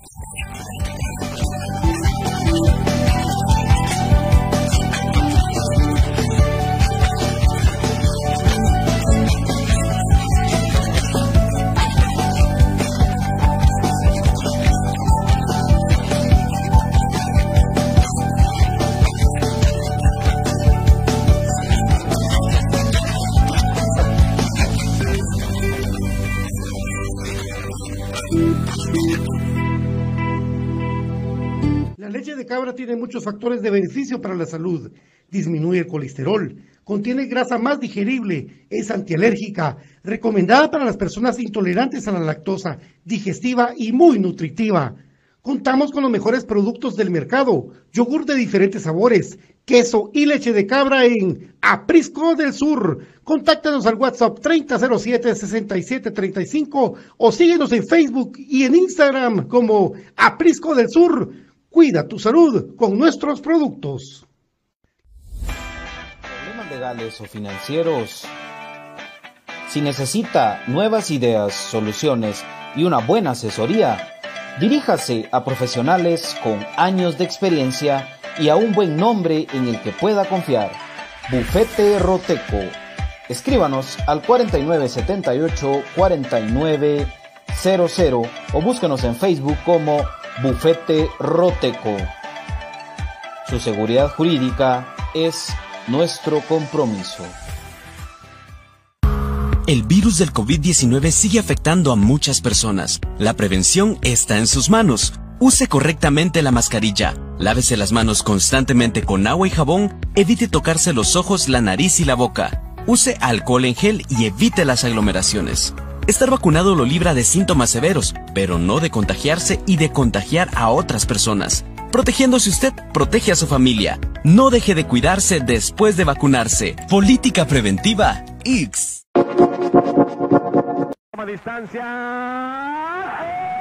La leche de cabra tiene muchos factores de beneficio para la salud. Disminuye el colesterol, contiene grasa más digerible, es antialérgica, recomendada para las personas intolerantes a la lactosa, digestiva y muy nutritiva. Contamos con los mejores productos del mercado, yogur de diferentes sabores, queso y leche de cabra en Aprisco del Sur. Contáctanos al WhatsApp treinta cero siete, sesenta y siete treinta y cinco o síguenos en Facebook y en Instagram como Aprisco del Sur. Cuida tu salud con nuestros productos. ¿Problemas legales o financieros? Si necesita nuevas ideas, soluciones y una buena asesoría, diríjase a profesionales con años de experiencia y a un buen nombre en el que pueda confiar. Bufete Roteco. Escríbanos al cuarenta y nueve setenta y ocho cuarenta y nueve cero cero o búsquenos en Facebook como Bufete Roteco. Su seguridad jurídica es nuestro compromiso. El virus del COVID diecinueve sigue afectando a muchas personas. La prevención está en sus manos. Use correctamente la mascarilla. Lávese las manos constantemente con agua y jabón. Evite tocarse los ojos, la nariz y la boca. Use alcohol en gel y evite las aglomeraciones. Estar vacunado lo libra de síntomas severos, pero no de contagiarse y de contagiar a otras personas. Protegiéndose usted, protege a su familia. No deje de cuidarse después de vacunarse. Política preventiva X. Toma distancia.